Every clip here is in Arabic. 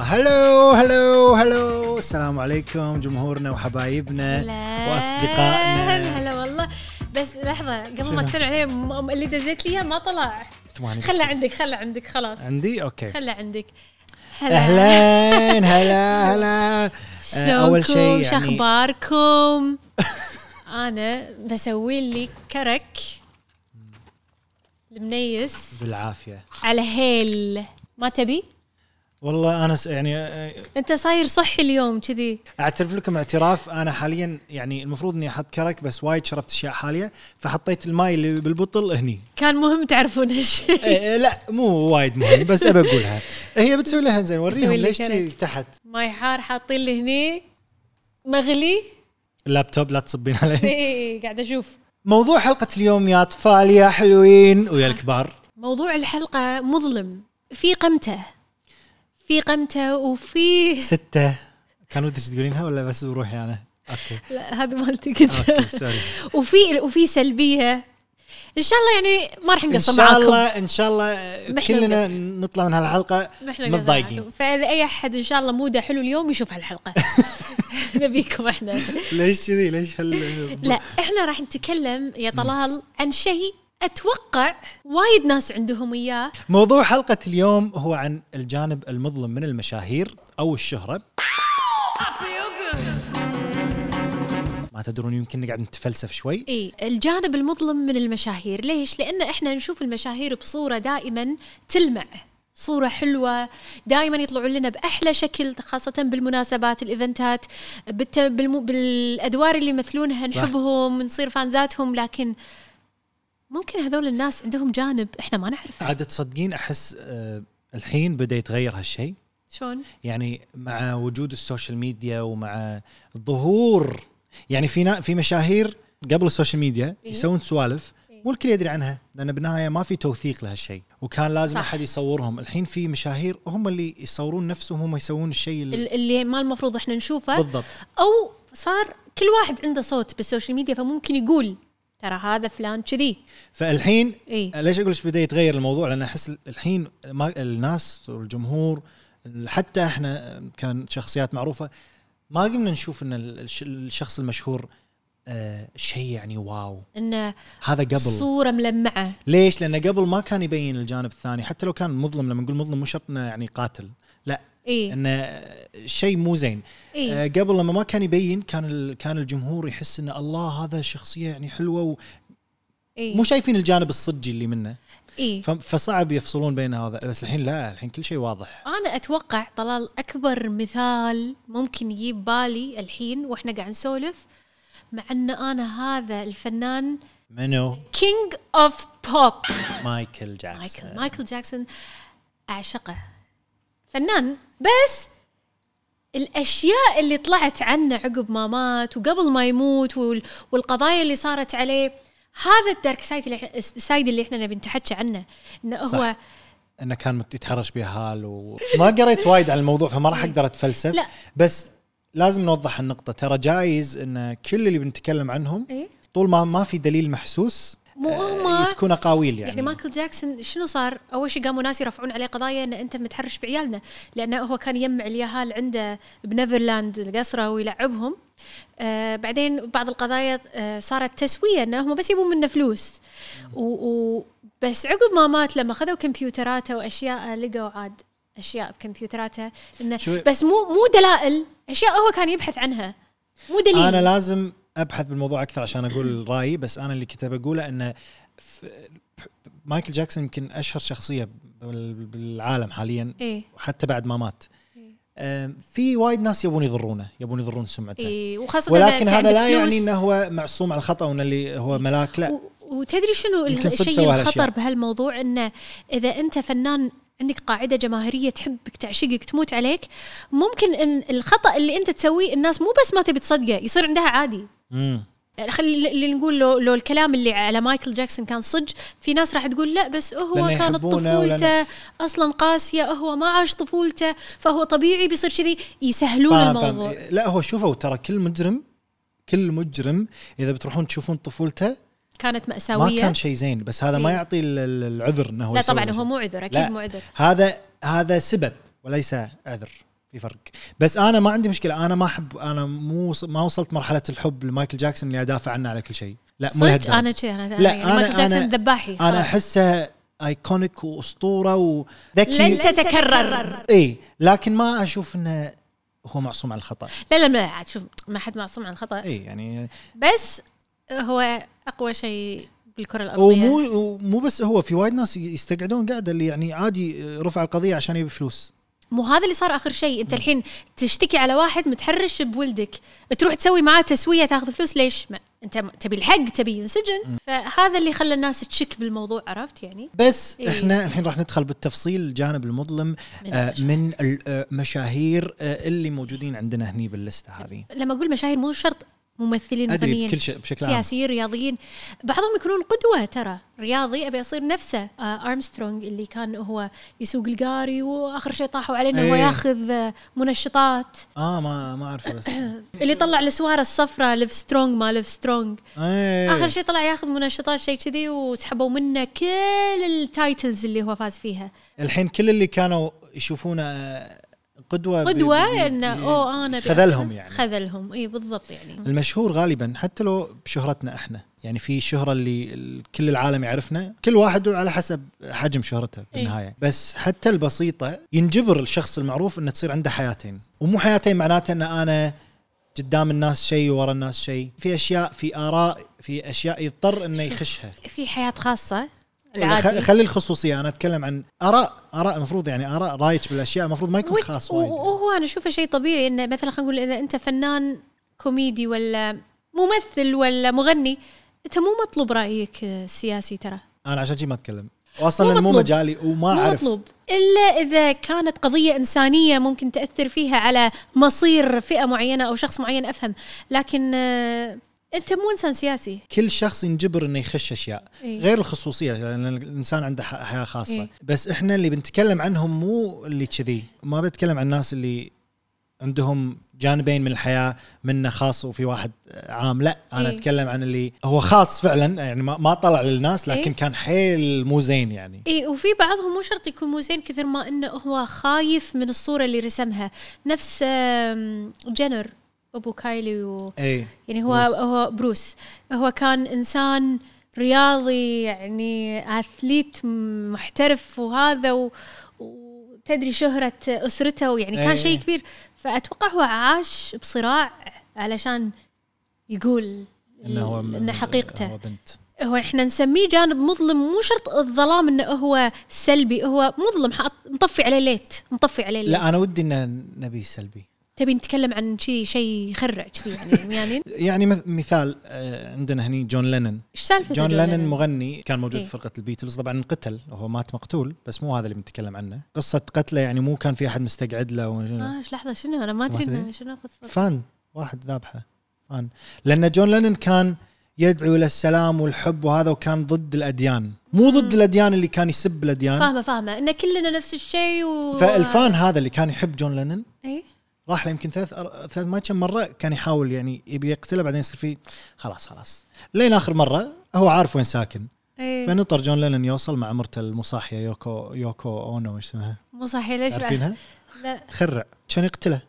هلو السلام عليكم جمهورنا وحبايبنا واصدقائنا. هلا والله. بس لحظه قبل ما تسلم عليه اللي دزيت لي ما طلع. خلى عندك خلاص عندي اوكي خلى عندك. هلا اول شيء يعني شو اخباركم؟ انا بسوي لي كرك المنيس بالعافيه على هيل. ما تبي؟ والله انا يعني انت صاير صحي اليوم كذي. اعترف لكم اعتراف، انا حاليا يعني المفروض اني احط كرك بس وايد شربت اشياء حاليه فحطيت الماي اللي بالبطل هني. كان مهم تعرفون هالشيء. لا مو وايد مهم بس ابى اقولها. هي بتسوي لها زين وريهم ليش تحت ماي حار حاطين لي هني مغلي. اللابتوب لا تصبين عليه. ايه قاعد اشوف. موضوع حلقه اليوم يا اطفال يا حلوين ويا الكبار، موضوع الحلقه مظلم. في قمته وفي 6. كان ودك تقولينها ولا بس بروحي انا؟ اوكي لا هذا مالتي كذا. اوكي سوري. وفي سلبيه. ان شاء الله يعني ما راح نقصر معاكم ان شاء الله كلنا نطلع من هالحلقه متضايقين. فاذا اي احد ان شاء الله موده حلو اليوم يشوف هالحلقه. نبيكم احنا. ليش كذي؟ ليش لا احنا راح نتكلم يا طلال عن شيء أتوقع وايد ناس عندهم إياه. موضوع حلقة اليوم هو عن الجانب المظلم من المشاهير أو الشهرة. ما تدرون يمكن نقعد نتفلسف شوي. إيه الجانب المظلم من المشاهير. ليش؟ لأن إحنا نشوف المشاهير بصورة دائما تلمع، صورة حلوة، دائما يطلعون لنا بأحلى شكل، خاصة بالمناسبات الإيفنتات، بالأدوار اللي يمثلونها نحبهم نصير فانزاتهم. لكن ممكن هذول الناس عندهم جانب احنا ما نعرفه. عاد تصدقين احس الحين بدأ يتغير هالشيء. شلون؟ يعني مع وجود السوشيال ميديا ومع الظهور، يعني في مشاهير قبل السوشيال ميديا يسوون سوالف مو الكل يدري عنها، لأن بالنهاية ما في توثيق لهالشيء وكان لازم صح. أحد يصورهم. الحين في مشاهير هم اللي يصورون نفسهم، هم يسوون الشيء اللي ما المفروض احنا نشوفه بالضبط. أو صار كل واحد عنده صوت بالسوشيال ميديا فممكن يقول ترى هذا فلان كذي. فالحين ليش أقولش بدأ يتغير الموضوع؟ لأن أحس الحين الناس والجمهور حتى إحنا كان شخصيات معروفة ما قمنا نشوف إن الشخص المشهور شيء يعني واو إنه هذا قبل صورة ملمعة. ليش؟ لأن قبل ما كان يبين الجانب الثاني، حتى لو كان مظلم. لما نقول مظلم مو شرط يعني قاتل، لا إنه شيء مو زين. قبل لما ما كان يبين كان الجمهور يحس إن الله هذا شخصية يعني حلوة مو شايفين الجانب الصجي اللي منه. فصعب يفصلون بين هذا. بس الحين لا، الحين كل شيء واضح. أنا أتوقع طلال أكبر مثال ممكن يجيب بالي الحين وإحنا قاعد نسولف، مع أن أنا هذا الفنان منو؟ King of Pop مايكل جاكسون أعشقه فنان. بس الأشياء اللي طلعت عنه عقب ما مات وقبل ما يموت والقضايا اللي صارت عليه، هذا الدارك سايد اللي احنا نبي نتحكي عنه. انه هو انه كان يتحرش بهال وما قريت وايد عن الموضوع فما راح اقدر اتفلسف. بس لازم نوضح النقطة. ترى جايز ان كل اللي بنتكلم عنهم طول ما في دليل محسوس تكون اقاويل. يعني مايكل جاكسون شنو صار؟ اول شيء قاموا ناس يرفعون عليه قضايا ان انت متحرش بعيالنا، لانه هو كان يجمع اليهال عنده بنيفرلاند القصره ويلعبهم. بعدين بعض القضايا صارت تسويه انه هم بس يبون منه فلوس. بس عقب ما مات لما خذوا كمبيوتراته واشياء لقوا عاد اشياء بكمبيوتراته انه بس مو دلائل، اشياء هو كان يبحث عنها مو دليل. انا لازم ابحث بالموضوع اكثر عشان اقول رايي. بس انا اللي كنت بقوله انه مايكل جاكسون يمكن اشهر شخصيه بالعالم حاليا وحتى بعد ما مات. في وايد ناس يبون يضرون سمعته. ولكن هذا لا يعني انه هو معصوم على الخطا وان اللي هو ملاك. لا. وتدري شنو الشيء الخطر بهالموضوع؟ انه اذا انت فنان عندك قاعدة جماهيرية تحبك تعشقك تموت عليك، ممكن ان الخطأ اللي انت تسويه الناس مو بس ما تبي تصدقه يصير عندها عادي. خلي اللي نقول لو الكلام اللي على مايكل جاكسون كان صج، في ناس راح تقول لا بس هو كانت طفولته أصلا قاسية، هو ما عاش طفولته فهو طبيعي بيصير كذي، يسهلون الموضوع. لا هو شوفوا ترى كل مجرم إذا بتروحون تشوفون طفولته كانت مأساوية، ما كان شيء زين. بس هذا ما يعطي العذر انه هو لا طبعا هو مو عذر، اكيد مو عذر. هذا سبب وليس عذر. في فرق. بس انا ما عندي مشكله، انا ما احب، انا ما وصلت مرحله الحب لمايكل جاكسون اللي ادافع عنه على كل شيء، لا مو صدق. انا كذا لا يعني مايكل جاكسون ذباحي، انا احسه ايكونيك واسطوره وذكي لن تتكرر. اي لكن ما اشوف انه هو معصوم عن الخطا. لا شوف، ما حد معصوم عن الخطا، اي يعني بس هو اقوى شيء بالكره الارضيه. ومو بس هو، في وايد ناس يستقعدون قاعده اللي يعني عادي رفع القضيه عشان يبي فلوس. مو هذا اللي صار اخر شيء. انت الحين تشتكي على واحد متحرش بولدك، تروح تسوي معاه تسويه تاخذ فلوس، ليش؟ ما انت تبي الحق، تبي ينسجن. فهذا اللي خلى الناس تشك بالموضوع، عرفت يعني. بس احنا الحين راح ندخل بالتفصيل الجانب المظلم من المشاهير اللي موجودين عندنا هني باللسته هذه. لما اقول مشاهير مو شرط ممثلين، مغنيين، كل شيء بشكل عام، سياسيين، رياضيين، بعضهم يكونون قدوة. ترى رياضي أبي أصير نفسه. أرمسترونغ اللي كان هو يسوق القاري وآخر شيء طاحوا عليه إنه هو ياخذ منشطات. ما أعرف بس اللي طلع السوارة الصفراء ليف سترونج، ما ليف سترونج، آخر شيء طلع ياخذ منشطات شيء كذي، وسحبوا منه كل التايتلز اللي هو فاز فيها. الحين كل اللي كانوا يشوفونه قدوة إنه أنا خذلهم إيه بالضبط. يعني المشهور غالبا حتى لو بشهرتنا إحنا، يعني في شهرة اللي كل العالم يعرفنا، كل واحد على حسب حجم شهرته بالنهاية. بس حتى البسيطة ينجبر الشخص المعروف إنه تصير عنده حياتين، ومو حياتين معناته إن أنا قدام الناس شيء وورا الناس شيء. في أشياء، في آراء، في أشياء يضطر إنه يخشها، في حياة خاصة. خلي الخصوصية، أنا أتكلم عن آراء المفروض يعني آراء رايج بالأشياء المفروض ما يكون خاص وايد. وهو أنا أشوفه شيء طبيعي إنه مثلا خلينا نقول إذا أنت فنان كوميدي ولا ممثل ولا مغني، أنت مو مطلوب رأيك سياسي. ترى أنا عشان شيء ما أتكلم أصلا، مو مجالي وما أعرف، مطلوب إلا إذا كانت قضية إنسانية ممكن تأثر فيها على مصير فئة معينة أو شخص معين أفهم. لكن أنت مو إنسان سياسي. كل شخص ينجبر إنه يخش أشياء غير الخصوصية، لأن الإنسان عنده حياة خاصة. بس إحنا اللي بنتكلم عنهم مو اللي كذي، ما بتكلم عن الناس اللي عندهم جانبين من الحياة، منه خاص وفي واحد عام. لا أنا أتكلم عن اللي هو خاص فعلا، يعني ما طلع للناس لكن كان حيل مو زين يعني. وفي بعضهم مو شرط يكون مو زين كثر ما إنه هو خايف من الصورة اللي رسمها. نفس جينر أبو كايلي يعني هو بروس، هو كان إنسان رياضي يعني أثليت محترف، وهذا وتدري شهرة أسرته يعني كان شيء كبير. فأتوقع هو عاش بصراع علشان يقول إنه حقيقته. هو إحنا نسميه جانب مظلم، مو شرط الظلام إنه هو سلبي، هو مظلم نطفي عليه ليت. لا أنا ودي إن نبي سلبي. تبي نتكلم عن شيء يخرع كذي يعني مثال عندنا هني جون لينن. ايش سالفه جون لينن؟ مغني كان موجود في فرقة البيتلز، طبعا انقتل وهو مات مقتول، بس مو هذا اللي بنتكلم عنه. قصة قتله يعني مو كان في أحد مستقعد له لحظة شنو؟ أنا ما أدري شنو قصة. فان واحد ذابحه فان، لأن جون لينن كان يدعو للسلام والحب وهذا، وكان ضد الأديان، مو ضد الأديان اللي كان يسب الأديان. فاهمة إن كلنا نفس الشيء فالفان هذا اللي كان يحب جون لينن راح له يمكن ثلاث ما كم مرة كان يحاول يعني يبي يقتله، بعدين يصير فيه خلاص لين آخر مرة هو عارف وين ساكن. فنطر جون لينن يوصل مع مرته المصاحية يوكو أونو، ايش اسمها مصاحية؟ ليش عارفينها؟ لا تخرع، كان يقتله،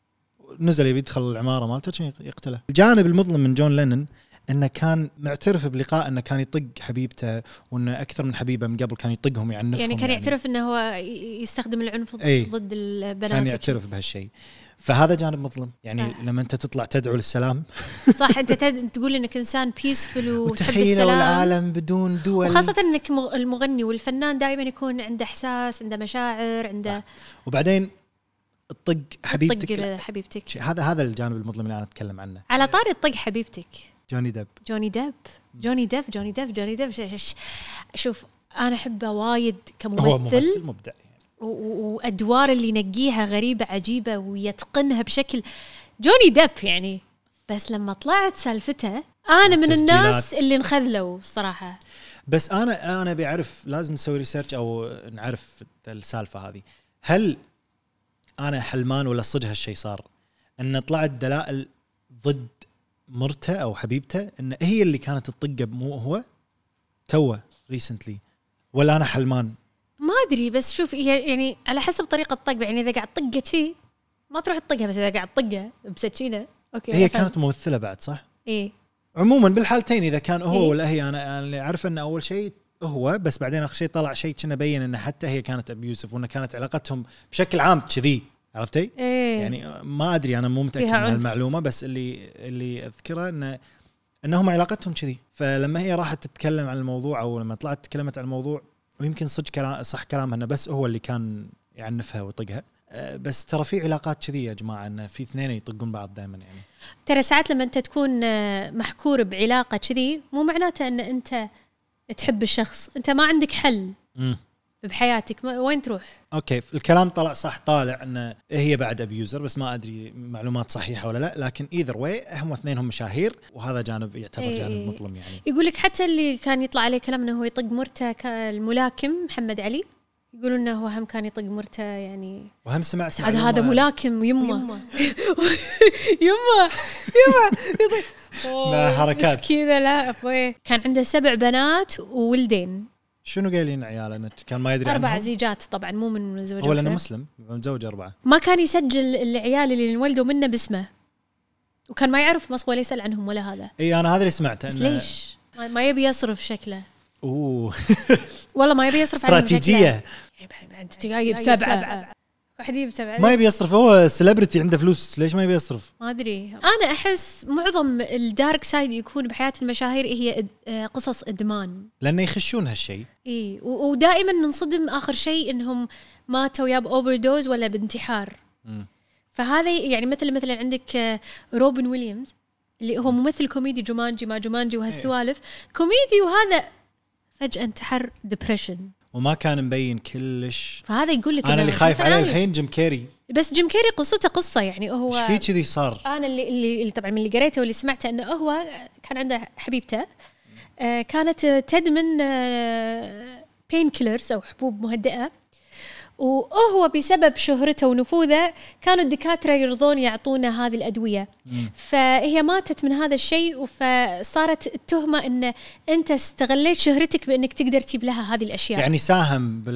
نزل يبي يدخل العمارة مالته كان يقتله. الجانب المظلم من جون لينن انه كان معترف بلقاء انه كان يطق حبيبته، وانه اكثر من حبيبه من قبل كان يطقهم يعنفهم، يعني كان يعترف انه هو يستخدم العنف ضد البنات، كان يعترف بهالشيء. فهذا جانب مظلم يعني لما انت تطلع تدعو للسلام صح. انت تقول انك انسان بيسفل وتحب السلام والعالم بدون دول، وخاصه انك المغني والفنان دائما يكون عنده احساس، عنده مشاعر، عنده صح. وبعدين الطق حبيبتك هذا الجانب المظلم اللي انا اتكلم عنه. على طاري الطق حبيبتك، جوني ديب. شوف انا احبه وايد كممثل، مبدع يعني. وادوار اللي ينقيها غريبه عجيبه ويتقنها بشكل جوني ديب يعني. بس لما طلعت سالفته انا من الناس اللي انخذلوا صراحه. بس انا بيعرف، لازم نسوي ريسيرش او نعرف السالفه هذه، هل انا حلمان ولا صدق هالشيء صار، ان طلعت دلائل ضد مرته او حبيبته ان هي اللي كانت تطقه مو هو توه ريسنتلي، ولا انا حلمان؟ ما ادري. بس شوف يعني على حسب طريقه الطق، يعني اذا قاعد طقه شيء ما تروح تطقها، بس اذا قاعد تطقها بسكينه اوكي. هي كانت ممثله بعد صح؟ ايه عموما بالحالتين اذا كان هو ولا هي، انا اللي عارف انه اول شيء هو، بس بعدين اخر شيء طلع شيء كنا بين انه حتى هي كانت ابيوسف، وانه كانت علاقتهم بشكل عام كذي، عرفتي؟ يعني ما ادري، انا مو متاكد من المعلومه، بس اللي اذكره انهم علاقتهم كذي. فلما هي راحت تتكلم عن الموضوع، او لما طلعت تكلمت عن الموضوع، ويمكن صح كلامها انه بس هو اللي كان يعنفها ويطقها، بس ترى في علاقات كذي يا جماعه، ان في اثنين يطقون بعض دائما. يعني ترى ساعات لما انت تكون محكور بعلاقه كذي، مو معناته ان انت تحب الشخص، انت ما عندك حل بحياتك، وين تروح؟ اوكي الكلام طلع صح، طالع ان هي بعد ابيوزر، بس ما ادري معلومات صحيحه ولا لا، لكن ايذر واي هم اثنينهم مشاهير، وهذا جانب يعتبر جانب مظلم. يعني يقول لك حتى اللي كان يطلع عليه كلام انه هو يطق مرته، الملاكم محمد علي، يقولون انه هو هم كان يطق مرته يعني، وهم سمعت هذا ملاكم يمه يمه لا حركات مسكينه. لا ابوي كان عنده 7 بنات وولدين. شنو قايلين عياله؟ كان ما يدري 4 زيجات طبعا، مو من زوجه، هو لانه مسلم متزوج 4. ما كان يسجل العيال اللي انولدوا منه باسمه، وكان ما يعرف مصر ولا يسأل عنهم ولا هذا. اي انا هذا اللي سمعته. بس ليش ما يبي يصرف شكله؟ والله ما يبي يصرف استراتيجية. انت جايب 7 واحد يجيب 7، ما يبي يصرف، هو سيلبرتي عنده فلوس، ليش ما يبي يصرف؟ ما ادري. انا احس معظم الدارك سايد يكون بحياة المشاهير هي قصص ادمان، لانه يخشون هالشيء. اي ودائما ننصدم اخر شيء انهم ماتوا يا باوفر دوز ولا بانتحار. فهذا يعني مثلا عندك روبن ويليامز اللي هو ممثل كوميدي، جومانجي ما جومانجي وهالسوالف، كوميدي، وهذا فجأة انتحر، ديبريشن، وما كان مبين كلش. فهذا يقول لك انا اللي خايف عليه الحين جيم كيري. بس جيم كيري قصته قصة، يعني هو ايش في كذي صار. انا اللي طبعا من اللي قريته واللي سمعته انه هو كان عنده حبيبته كانت تدمن بين كيلرز او حبوب مهدئة، وهو بسبب شهرته ونفوذه كانوا الدكاترة يرضون يعطونا هذه الأدوية. فهي ماتت من هذا الشيء، فصارت التهمة أن أنت استغليت شهرتك بأنك تقدر تجيب لها هذه الأشياء. يعني ساهم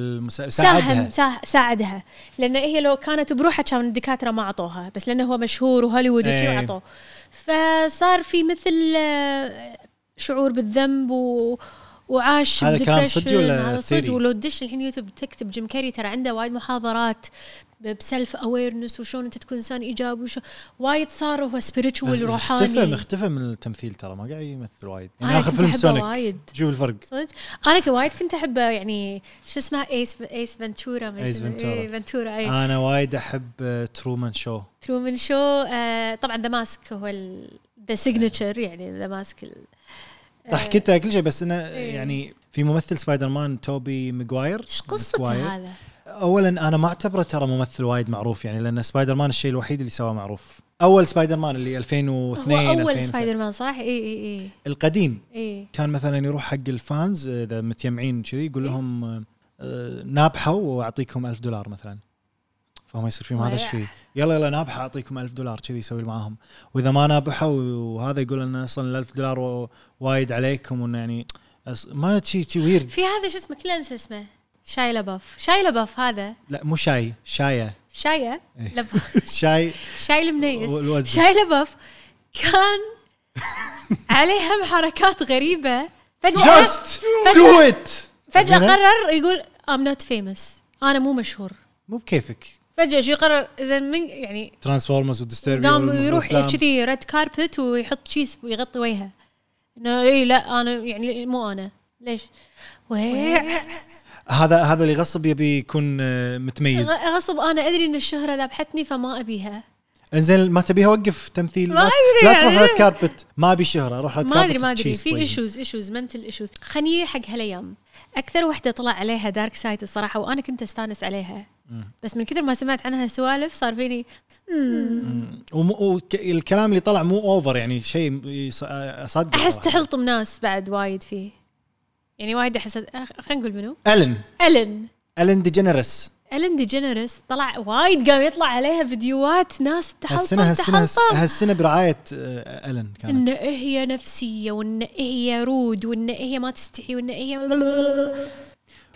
ساعدها، لأن هي لو كانت بروحها كان الدكاترة ما عطوها، بس لأنه هو مشهور وهوليوود عطوه. فصار في مثل شعور بالذنب وعاش هذا كلام صدق ولا صدق؟ ولو تدش الحين يوتيوب تكتب جيم كيري، ترى عنده وايد محاضرات بسلف اويرنس وشون انت تكون انسان ايجابي، وايد صار هو سبيريتشوال روحاني. اختفى من التمثيل، ترى ما قاعد يمثل وايد. يعني اخر فيلم سونيك شوف الفرق. صدق انا وايد كنت احبه، يعني شو اسمه ايس فنتورا. فنتورا. انا وايد احب ترومان شو. طبعا ذا ماسك هو ذا سيجنتشر، يعني ذا ماسك حكيتها كل شيء، بس أنا يعني في ممثل سبايدر مان توبي ماغواير. إيش قصته هذا؟ أولاً أنا ما أعتبره ترى ممثل وايد معروف، يعني لأن سبايدر مان الشيء الوحيد اللي سواه معروف. أول سبايدر مان اللي 2002 هو أول سبايدر مان صح؟ إيه القديم. كان مثلاً يروح حق الفانز إذا متجمعين كذي يقول لهم نابحوا وأعطيكم $1000 مثلاً، فهم يصير فيهم هذا الشيء، يلا نابح أعطيكم $1000 كذي يسوي معاهم. وإذا ما نابحوا وهذا يقول لنا أصلا $1000 وايد عليكم، وإنه يعني ما شيء ويرد. في هذا شو اسمه كله انسى اسمه، شاي لباف هذا. لا مو شاية شاي المنيس. شاي لباف كان عليهم حركات غريبة، فجأة قرر يقول I'm not famous، أنا مو مشهور. مو بكيفك. فجأة شو قرر إذا من يعني ترانسفورمرز وديستربي، قام يروح كذي ريد كاربت ويحط شيء ويغطي وجهه، إنه إيه لا أنا يعني مو أنا ليش هذا اللي غصب يبي يكون متميز. غصب أنا أدري إن الشهرة ذبحتني فما أبيها. انزين ما تبيها وقف تمثيل، لا تروح ريد كاربت، ما ابي شهرة، روح ريد كاربت. ما ادري في ايشوز منتل ايشوز. خنيه حق هالايام اكثر وحده طلع عليها دارك سايد الصراحه، وانا كنت استانس عليها بس من كثر ما سمعت عنها سوالف صار فيني الكلام اللي طلع مو اوفر، يعني شيء اصدق. احس تحلطم ناس بعد وايد فيه، يعني وايد احس. خلينا نقول منو؟ ألين دي جينيرس طلع وايد، قام يطلع عليها فيديوهات ناس تحلطم. هالسنة برعاية ألين كانت إن هي نفسية، وإن هي رود، وإن هي ما تستحي، وإن هي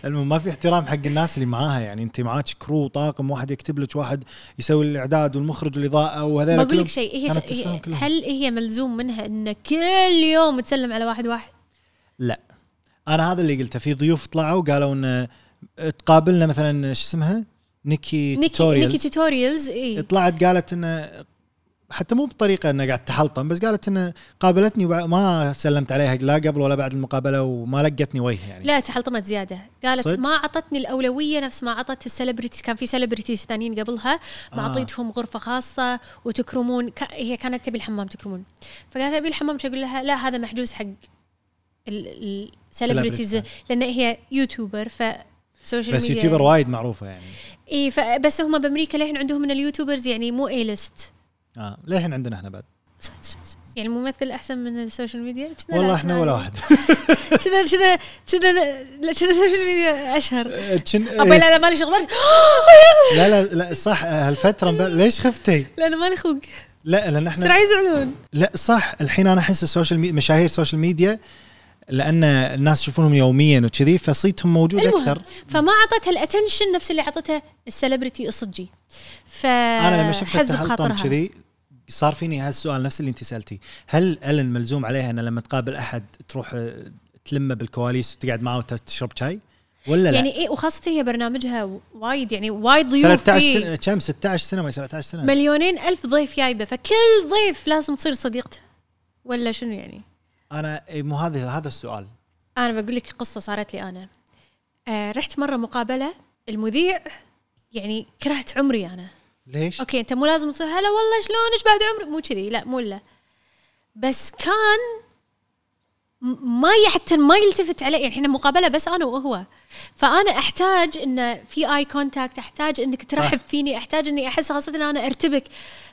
ما في احترام حق الناس اللي معاها. يعني انت معاك كرو طاقم، واحد يكتب لك، واحد يسوي الاعداد والمخرج والاضاءه وهذول. بقول لك شيء، هل هي ملزوم منها ان كل يوم تسلم على واحد؟ لا، انا هذا اللي قلته. في ضيوف طلعوا قالوا ان تقابلنا مثلا ايش اسمها نيكي توتوريالز. طلعت قالت ان حتى مو بطريقه انها قاعد تحلطم، بس قالت ان قابلتني ما سلمت عليها لا قبل ولا بعد المقابله وما لقتني وجه. يعني لا، تحلطمت زياده. قالت صد؟ ما عطتني الاولويه نفس ما عطت السليبرتي. كان في سليبرتيز ثانيين قبلها ما اعطيتهم غرفه خاصه وتكرمون. هي كانت تبي الحمام تكرمون، فقالت ابي الحمام. تقول لها لا، هذا محجوز حق السليبرتيز لان هي يوتيوبر. سوشيال بس يوتيوبر وايد معروفه يعني. بس هم بامريكا لهن عندهم من اليوتيوبرز يعني مو اي ليست. لهن عندنا احنا بعد يعني الممثل احسن من السوشيال ميديا. والله احنا ولا واحد. شنو السوشيال ميديا اشهر. لا مالي شغل. لا صح. هالفتره ليش خفتي؟ لانه مالي خلق. لا لان احنا سرعي يزعلون. لا صح. الحين انا احس السوشيال ميديا مشاهير السوشيال ميديا لأن الناس يشوفونهم يوميا وكذي فصيتهم موجود أكثر. فما عطتها الاتنشن نفس اللي عطتها السليبرتي الصجي. أنا لما شفت التحلطم كذي صار فيني هالسؤال نفس اللي انت سألتي. هل ألن ملزوم عليها أن لما تقابل أحد تروح تلمه بالكواليس وتقعد معه وتشرب شاي ولا لا؟ يعني وخاصة هي برنامجها وايد يعني وايد ضيوف 13 سنة كم 16 سنة ما 17 سنة 2,000,000 ضيف جايبة، فكل ضيف لازم تصير صديقته ولا شنو يعني؟ أنا مو هذا السؤال. أنا بقول لك قصة صارت لي أنا. رحت مرة مقابلة، المذيع يعني كرهت عمري أنا. ليش؟ أوكي أنت مو لازم تصير هلا والله شلونك بعد عمري، مو كذي، لا مو لا. بس كان حتى ما يلتفت علي. يعني إحنا مقابلة بس أنا وهو، فأنا أحتاج إن في آي كونتاكت، أحتاج إنك ترحب فيني، أحتاج إني أحس خاصة إن أنا أرتبك.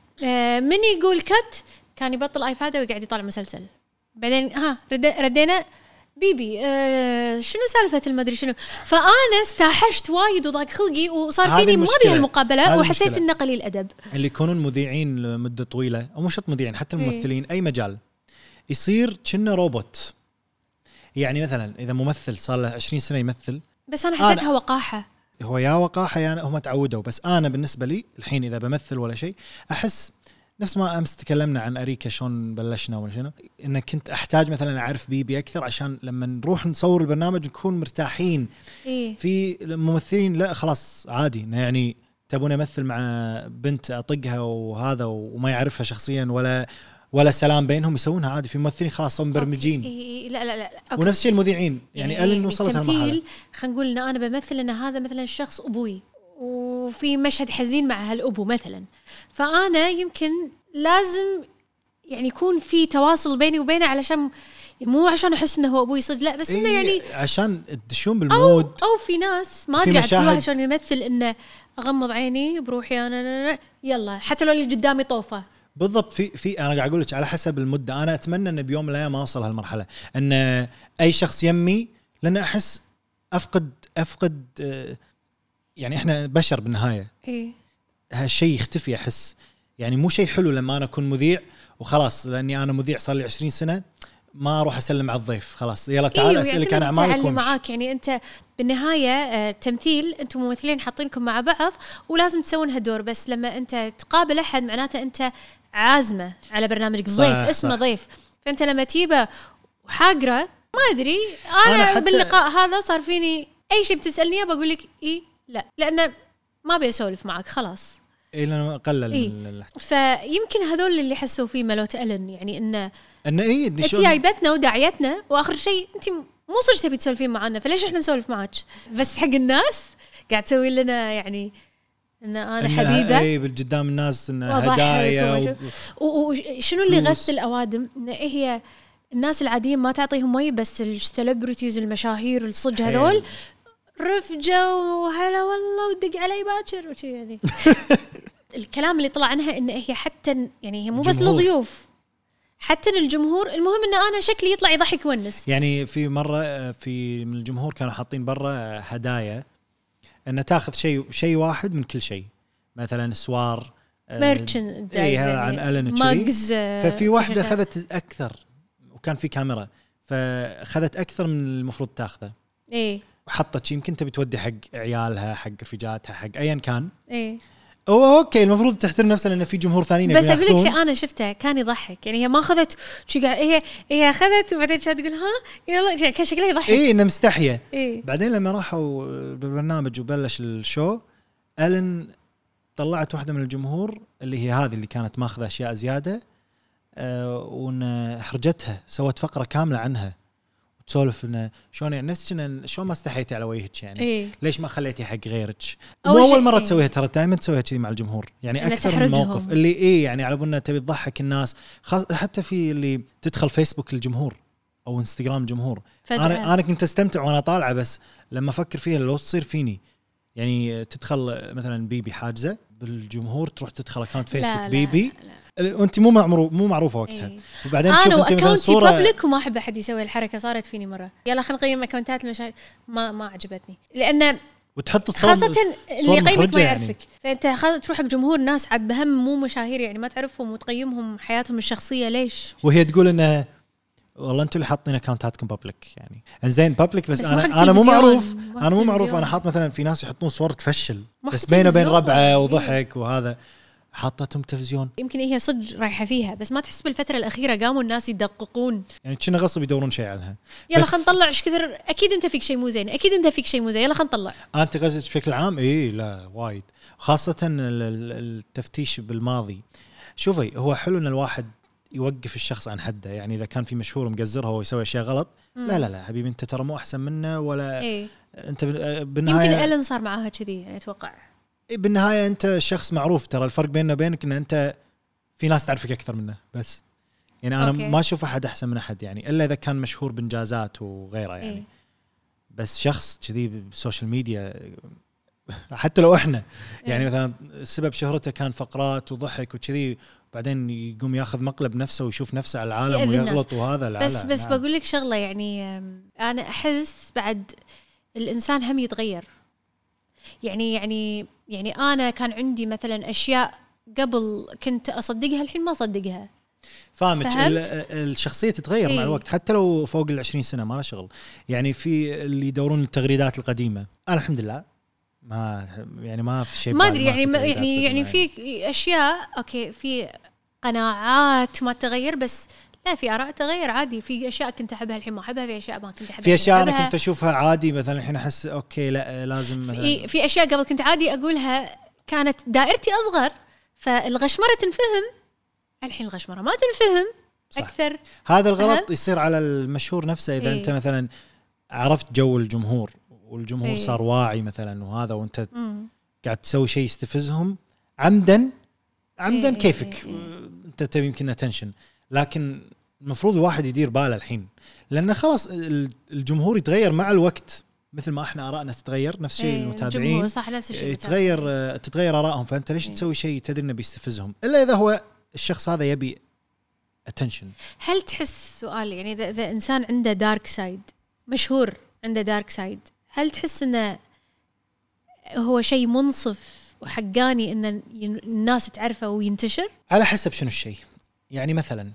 من يقول كت كان يبطل آيباده ويقعد يطالع مسلسل. بعدين ردينا بيبي شنو سالفة المدري شنو. فأنا استحشت وايد وضاق خلقي وصار فيني ما بيها المقابلة، وحسيت إنه قليل أدب. اللي يكونون مذيعين لمدة طويلة أو مش مذيعين حتى الممثلين أي مجال يصير كأنه روبوت. يعني مثلا إذا ممثل صار له 20 سنة يمثل، بس أنا حسيتها وقاحة. هو يا وقاحة يعني هم تعودوا. بس أنا بالنسبة لي الحين إذا بمثل ولا شيء أحس نفس ما أمس تكلمنا عن أريكا شون بلشنا ولا شنو، إن كنت أحتاج مثلا أعرف بيبي أكثر عشان لما نروح نصور البرنامج نكون مرتاحين. في الممثلين لا خلاص عادي يعني تبون أمثل مع بنت أطقها وهذا وما يعرفها شخصيا ولا سلام بينهم يسوونها عادي. في ممثلين خلاص مبرمجين. لا أوكي. ونفس الشيء المذيعين يعني ألن وصلت هالمرحلة. خلينا نقول إن أنا بمثل إن هذا مثلا شخص أبوي وفي مشهد حزين مع هالأبو مثلا، فأنا يمكن لازم يعني يكون في تواصل بيني وبينه علشان مو عشان أحس إنه هو أبوي صدق، لا بس إنه يعني عشان تدشون بالمود. أو في ناس ما أدري كل واحد عشان يمثل إنه أغمض عيني بروحي أنا يلا حتى لو اللي قدامي طوفة. بالضبط. في انا قاعد اقول لك على حسب المده. انا اتمنى ان بيوم من الايام اوصل هالمرحله ان اي شخص يمي، لان احس افقد يعني احنا بشر بالنهايه. هالشيء يختفي احس. يعني مو شيء حلو لما انا اكون مذيع وخلاص لاني انا مذيع صار لي 20 سنه ما اروح اسلم على الضيف خلاص يلا تعال اسالك عن اعمالكم معاك. يعني انت بالنهايه تمثيل، انتم ممثلين حاطينكم مع بعض ولازم تسوون هالدور. بس لما انت تقابل احد معناته انت عازمه على برنامجك، ضيف اسمه ضيف. فانت لما تيبه وحاقره ما ادري انا باللقاء هذا صار فيني اي شيء بتسالني بقول لك لا لانه ما بيسولف معك خلاص. لانه قلل فيمكن هذول اللي حسوا فيه ملوت ألن. يعني انت دي جايبتنا ودعيتنا واخر شيء انت مو صدق تبي تسولفين معنا، فليش احنا نسولف معك؟ بس حق الناس قاعد تسوي لنا يعني ان انا حبيبه بالقدام الناس ان هدايا وشنو اللي غث الاوادم ان هي الناس العاديين ما تعطيهم مي، بس السليبرتيز المشاهير الصج هذول رفجه وهلا والله ودق علي باكر وشي يعني. الكلام اللي طلع عنها ان هي حتى يعني هي مو بس للضيوف حتى للجمهور. المهم ان انا شكلي يطلع يضحك ونس. يعني في مره في من الجمهور كانوا حاطين برا هدايا ان تاخذ شيء واحد من كل شيء، مثلا سوار ميرشندايز عن ألن ماجز. ففي واحده اخذت اكثر وكان في كاميرا فاخذت اكثر من المفروض تاخذه. حطت يمكن تبي تودي حق عيالها حق رفيجاتها حق ايا كان اوكي المفروض تحترم نفسها لان في جمهور ثانيين. بس اقول لك شيء انا شفته كان يضحك يعني هي ما اخذت هي اخذت وبعدين كانت تقول ها يلا كان شكلها يضحك انها مستحيه. بعدين لما راحوا بالبرنامج وبلش الشو ألين طلعت واحده من الجمهور اللي هي هذه اللي كانت ماخذه اشياء زياده وان حرجتها سوت فقره كامله عنها تسولف انه شلون يعني نفسك شلون ما استحيتي على وجهك يعني ليش ما خليتي حق غيرك مو اول مره تسويها ترى دائما تسويها كذي مع الجمهور يعني اكثر من موقف اللي يعني على بالنا تبي تضحك الناس حتى في اللي تدخل فيسبوك الجمهور او انستغرام الجمهور انا كنت استمتع وانا طالعه بس لما افكر فيها لو تصير فيني يعني تدخل مثلا بيبي حاجزه بالجمهور تروح تدخل اكونت فيسبوك بيبي وانت مو معروفه وقتها وبعدين تشوف انت مثلا صوره بابليك وما احب احد يسوي الحركه صارت فيني مره يلا خلينا نقيم اكونتات المشاهير ما عجبتني لان وتحط الصور خاصه اللي يقيمك ما يعرفك يعني. فانت تروح حق جمهور ناس عاد بهم مو مشاهير يعني ما تعرفهم وتقيمهم حياتهم الشخصيه ليش وهي تقول انه والله انتوا اللي حاطين اكونتاتكم بابليك يعني انزين بابليك بس انا مو معروف انا حاط مثلا في ناس يحطون صور تفشل بس بينه وبين ربعه وضحك وهذا حطتهم تلفزيون يمكن هي صدق رايحه فيها بس ما تحس بالفتره الاخيره قاموا الناس يدققون يعني كنا غصب يدورون شيء عنها يلا خلينا نطلع ايش كثر اكيد انت فيك شيء مو زين اكيد انت فيك شيء مو زين يلا خلينا نطلع انت قصدك بشكل عام لا وايد خاصه التفتيش بالماضي. شوفي هو حلو ان الواحد يوقف الشخص عن حده يعني اذا كان في مشهور مقزرها ويسوي اشياء غلط لا حبيبي انت ترى مو احسن منه ولا انت بالنهايه يمكن ألين صار معاها كذي يعني اتوقع بالنهايه انت شخص معروف ترى الفرق بيننا وبينك ان انت في ناس تعرفك اكثر منه بس يعني انا ما اشوف احد احسن من احد يعني الا اذا كان مشهور بانجازات وغيره يعني بس شخص كذي بالسوشيال ميديا حتى لو احنا يعني مثلا سبب شهرته كان فقرات وضحك وكذي بعدين يقوم ياخذ مقلب نفسه ويشوف نفسه على العالم ويغلط وهذا بس بقول لك شغله يعني انا احس بعد الانسان هم يتغير يعني انا كان عندي مثلا اشياء قبل كنت اصدقها الحين ما اصدقها فهمت الشخصيه تتغير مع الوقت حتى لو فوق 20 سنه ما له شغل يعني في اللي يدورون التغريدات القديمه انا الحمد لله ما في شيء ما ادري يعني في اشياء اوكي في قناعات ما تغير بس لا في آراء تغير عادي في أشياء كنت أحبها الحين ما أحبها في أشياء ما كنت أحبها في أشياء أنا كنت أشوفها عادي مثلا الحين أحس أوكي لا لازم مثلا في أشياء قبل كنت عادي أقولها كانت دائرتي أصغر فالغشمرة تنفهم الحين الغشمرة ما تنفهم صح. أكثر هذا الغلط يصير على المشهور نفسه إذا أنت مثلا عرفت جو الجمهور والجمهور صار واعي مثلا وهذا وأنت قاعد تسوي شيء يستفزهم عمدا كيفك أنت تبي يمكن أتنشن لكن المفروض الواحد يدير باله الحين لأن خلاص الجمهور يتغير مع الوقت مثل ما احنا آرائنا تتغير نفس الشيء المتابعين صح نفس الشيء تتغير آرائهم فأنت ليش تسوي شيء تدري إنه بيستفزهم إلا إذا هو الشخص هذا يبي attention. هل تحس سؤال يعني إذا إنسان عنده دارك سايد مشهور عنده دارك سايد هل تحس إنه هو شيء منصف وحقاني إن الناس تعرفه وينتشر؟ على حسب شنو الشيء يعني مثلا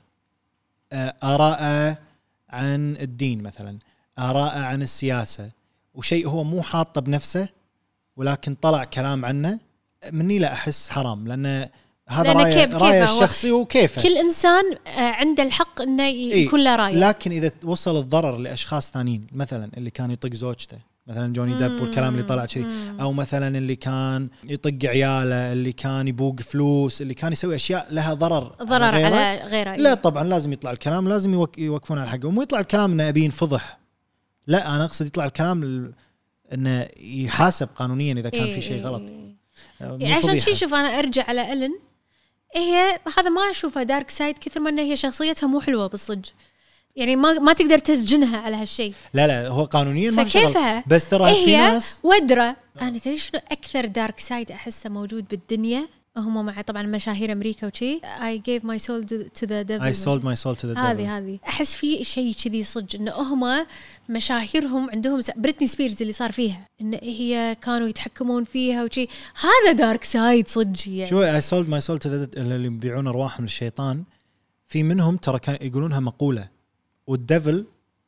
آراء عن الدين مثلا آراء عن السياسة وشيء هو مو حاطه بنفسه ولكن طلع كلام عنه مني لا أحس حرام لأن هذا رأي الشخصي وكيفه كل إنسان عنده الحق إنه يكون له رأي لكن إذا وصل الضرر لأشخاص ثانيين مثلا اللي كان يطق زوجته مثلا جوني ديب والكلام اللي طلع شيء أو مثلا اللي كان يطق عياله اللي كان يبوق فلوس اللي كان يسوي أشياء لها ضرر على غيره لا طبعا لازم يطلع الكلام لازم يوقفون على حقهم ويطلع الكلام إنه أبي ينفضح لا أنا أقصد يطلع الكلام إنه يحاسب قانونيا إذا كان في شيء غلط عشان شوف أنا أرجع على ألين هي هذا ما أشوفها دارك سايد كثر ما إن هي شخصيتها مو حلوة بالصج يعني ما تقدر تسجنها على هالشيء لا هو قانونيا ما فكيفها بس ترى في ناس ودرة أنا تدري شنو أكثر دارك سايد أحسه موجود بالدنيا هم مع طبعا مشاهير أمريكا وشي I gave my soul to the devil I sold my soul to the devil هذه أحس في شيء كذي صج إنه هم مشاهيرهم عندهم بريتني سبيرز اللي صار فيها إن هي كانوا يتحكمون فيها وشي هذا دارك سايد صج يعني. شو I sold my soul to the اللي يبيعون أرواحهم للشيطان في منهم ترى كان يقولونها مقولة والديفل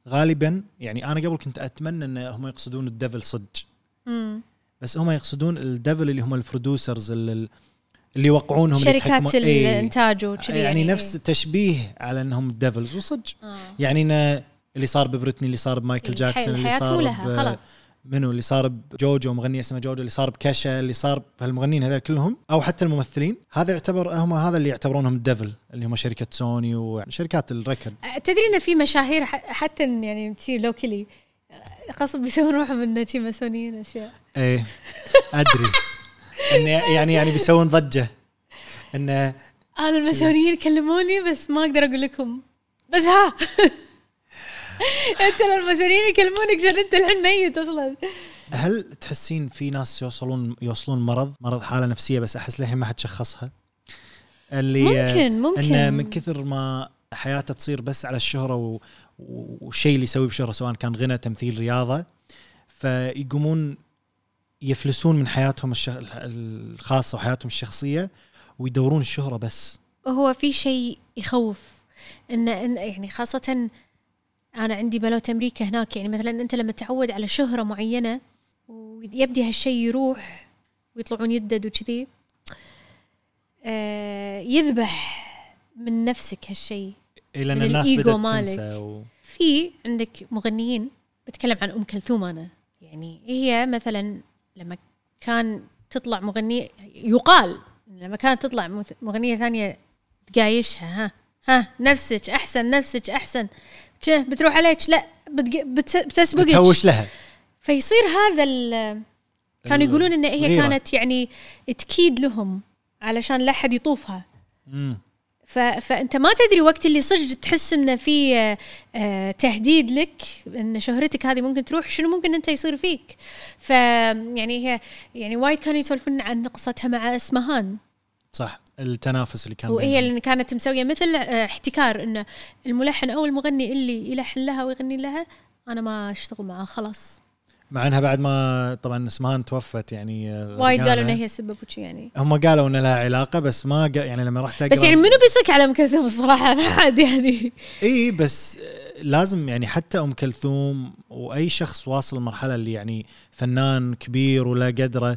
غالبا يعني انا قبل كنت اتمنى ان هم يقصدون الديفل صدق، بس هم يقصدون الديفل اللي هم البرودوسرز اللي يوقعونهم شركات الانتاج وكذي، يعني نفس تشبيه على انهم الديفلز وصدق. يعني اللي صار ببريتني، اللي صار بمايكل جاكسون، اللي صار منو اللي صار بجوجو، مغنية اسمها جوجو، اللي صار بكاشا، اللي صار بهالمغنيين هذول كلهم او حتى الممثلين، هذا يعتبر هم هذا اللي يعتبرونهم الديفل، اللي هم شركة سوني وشركات الركض. تدري ان في مشاهير حتى يعني شي لوكلي قصب بيسوون روحهم انه شي ماسونيين اشياء. ايه ادري ان يعني بيسوون ضجة ان انا الماسونيين كلموني بس ما اقدر اقول لكم، بس ها انت الماسونيين يكلمونك عشان انت الحين ميت اصلا. هل تحسين في ناس يوصلون مرض حالة نفسية بس احس للحين ما حد شخصها، اللي ممكن ان من كثر ما حياته تصير بس على الشهرة والشيء اللي يسويه بشهرة، سواء كان غنى، تمثيل، رياضة، فيقومون يفلسون من حياتهم الخاصة وحياتهم الشخصية ويدورون الشهرة بس. هو في شيء يخوف إن يعني خاصة أنا عندي بلوت أمريكا هناك، يعني مثلا أنت لما تعود على شهرة معينة ويبدي هالشيء يروح ويطلعون يدد وكذي، يذبح من نفسك هالشيء، لأن الناس بدأت تنسى في عندك مغنيين، بتكلم عن أم كلثوم أنا، يعني هي مثلا لما كان تطلع مغنية، يقال لما كانت تطلع مغنية ثانية تقايشها، ها نفسك أحسن بتروح عليك، لا بتسبقك، بتهوش لها، فيصير هذا كانوا يقولون إن هي غيرة. كانت يعني تكيد لهم علشان لا حد يطوفها. فأنت ما تدري وقت اللي صدق تحس إن في تهديد لك إن شهرتك هذه ممكن تروح، شنو ممكن أنت يصير فيك. فيعني هي يعني وايد كانوا يسولفون عن قصتها مع اسمهان، صح، التنافس اللي كان، وهي اللي كانت مسوية مثل احتكار، إن الملحن أو المغني اللي يلحن لها ويغني لها أنا ما أشتغل معه خلاص، مع انها بعد ما طبعا اسمهان توفت يعني وايد قالوا انها هي السبب وشي، يعني هم قالوا ان لها علاقه، بس ما يعني لما رحت بس يعني منو بيصك على ام كلثوم الصراحه عادي يعني. اي بس لازم يعني حتى ام كلثوم واي شخص واصل المرحله اللي يعني فنان كبير ولا قدره،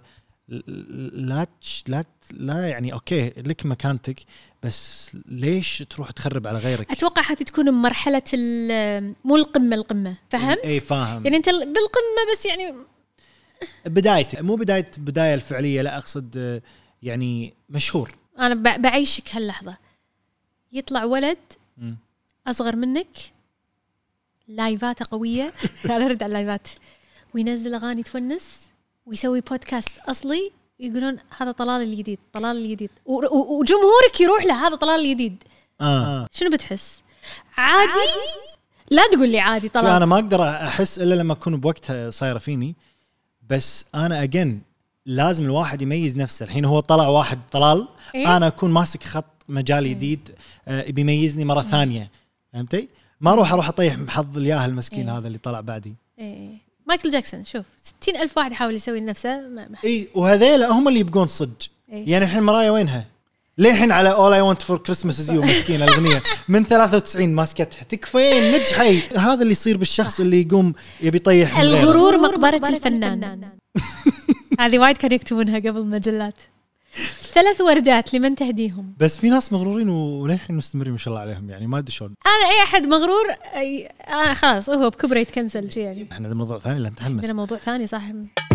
لا يعني اوكي لك مكانتك، بس ليش تروح تخرب على غيرك؟ اتوقع حتكون بمرحله مو القمه، فهمت؟ اي فاهم، يعني انت بالقمه بس يعني بدايته، مو بدايه الفعليه، لا اقصد يعني مشهور. انا بعيشك هاللحظه، يطلع ولد اصغر منك لايفات قويه انا ارد على اللايفات، وينزل اغاني تونس ويسوي بودكاست اصلي، يقولون هذا طلال الجديد وجمهورك يروح له هذا طلال الجديد. شنو بتحس؟ عادي؟ لا تقول لي عادي طلال. انا ما اقدر احس الا لما اكون بوقتها صايره فيني، بس انا لازم الواحد يميز نفسه. الحين هو طلع واحد طلال، انا اكون ماسك خط مجال جديد بيميزني مره ثانيه، فهمتي؟ ما اروح اطيح بحظ الياهل المسكين هذا اللي طلع بعدي. مايكل جاكسون شوف 60,000 واحد يحاول يسوي لنفسه وهذيلا هم اللي يبقون صدق. يعني الحين مرايا وينها؟ ليه الحين على All I Want For Christmas Is You مسكينة الأغنية من 93 ماسكتها تكفين نجحي. هذا اللي يصير بالشخص اللي يقوم يبي يطيح. الغرور مقبرة الفنان. هذه وايد كانوا يكتبونها قبل مجلات. 3 وردات لمن تهديهم. بس في ناس مغرورين وللحين مستمرين ما شاء الله عليهم، يعني ما ادري شلون. انا اي احد مغرور انا خلاص هو بكبره يتكنسل شيء يعني. احنا ده موضوع ثاني، لا نتحمس. عندنا موضوع ثاني صح.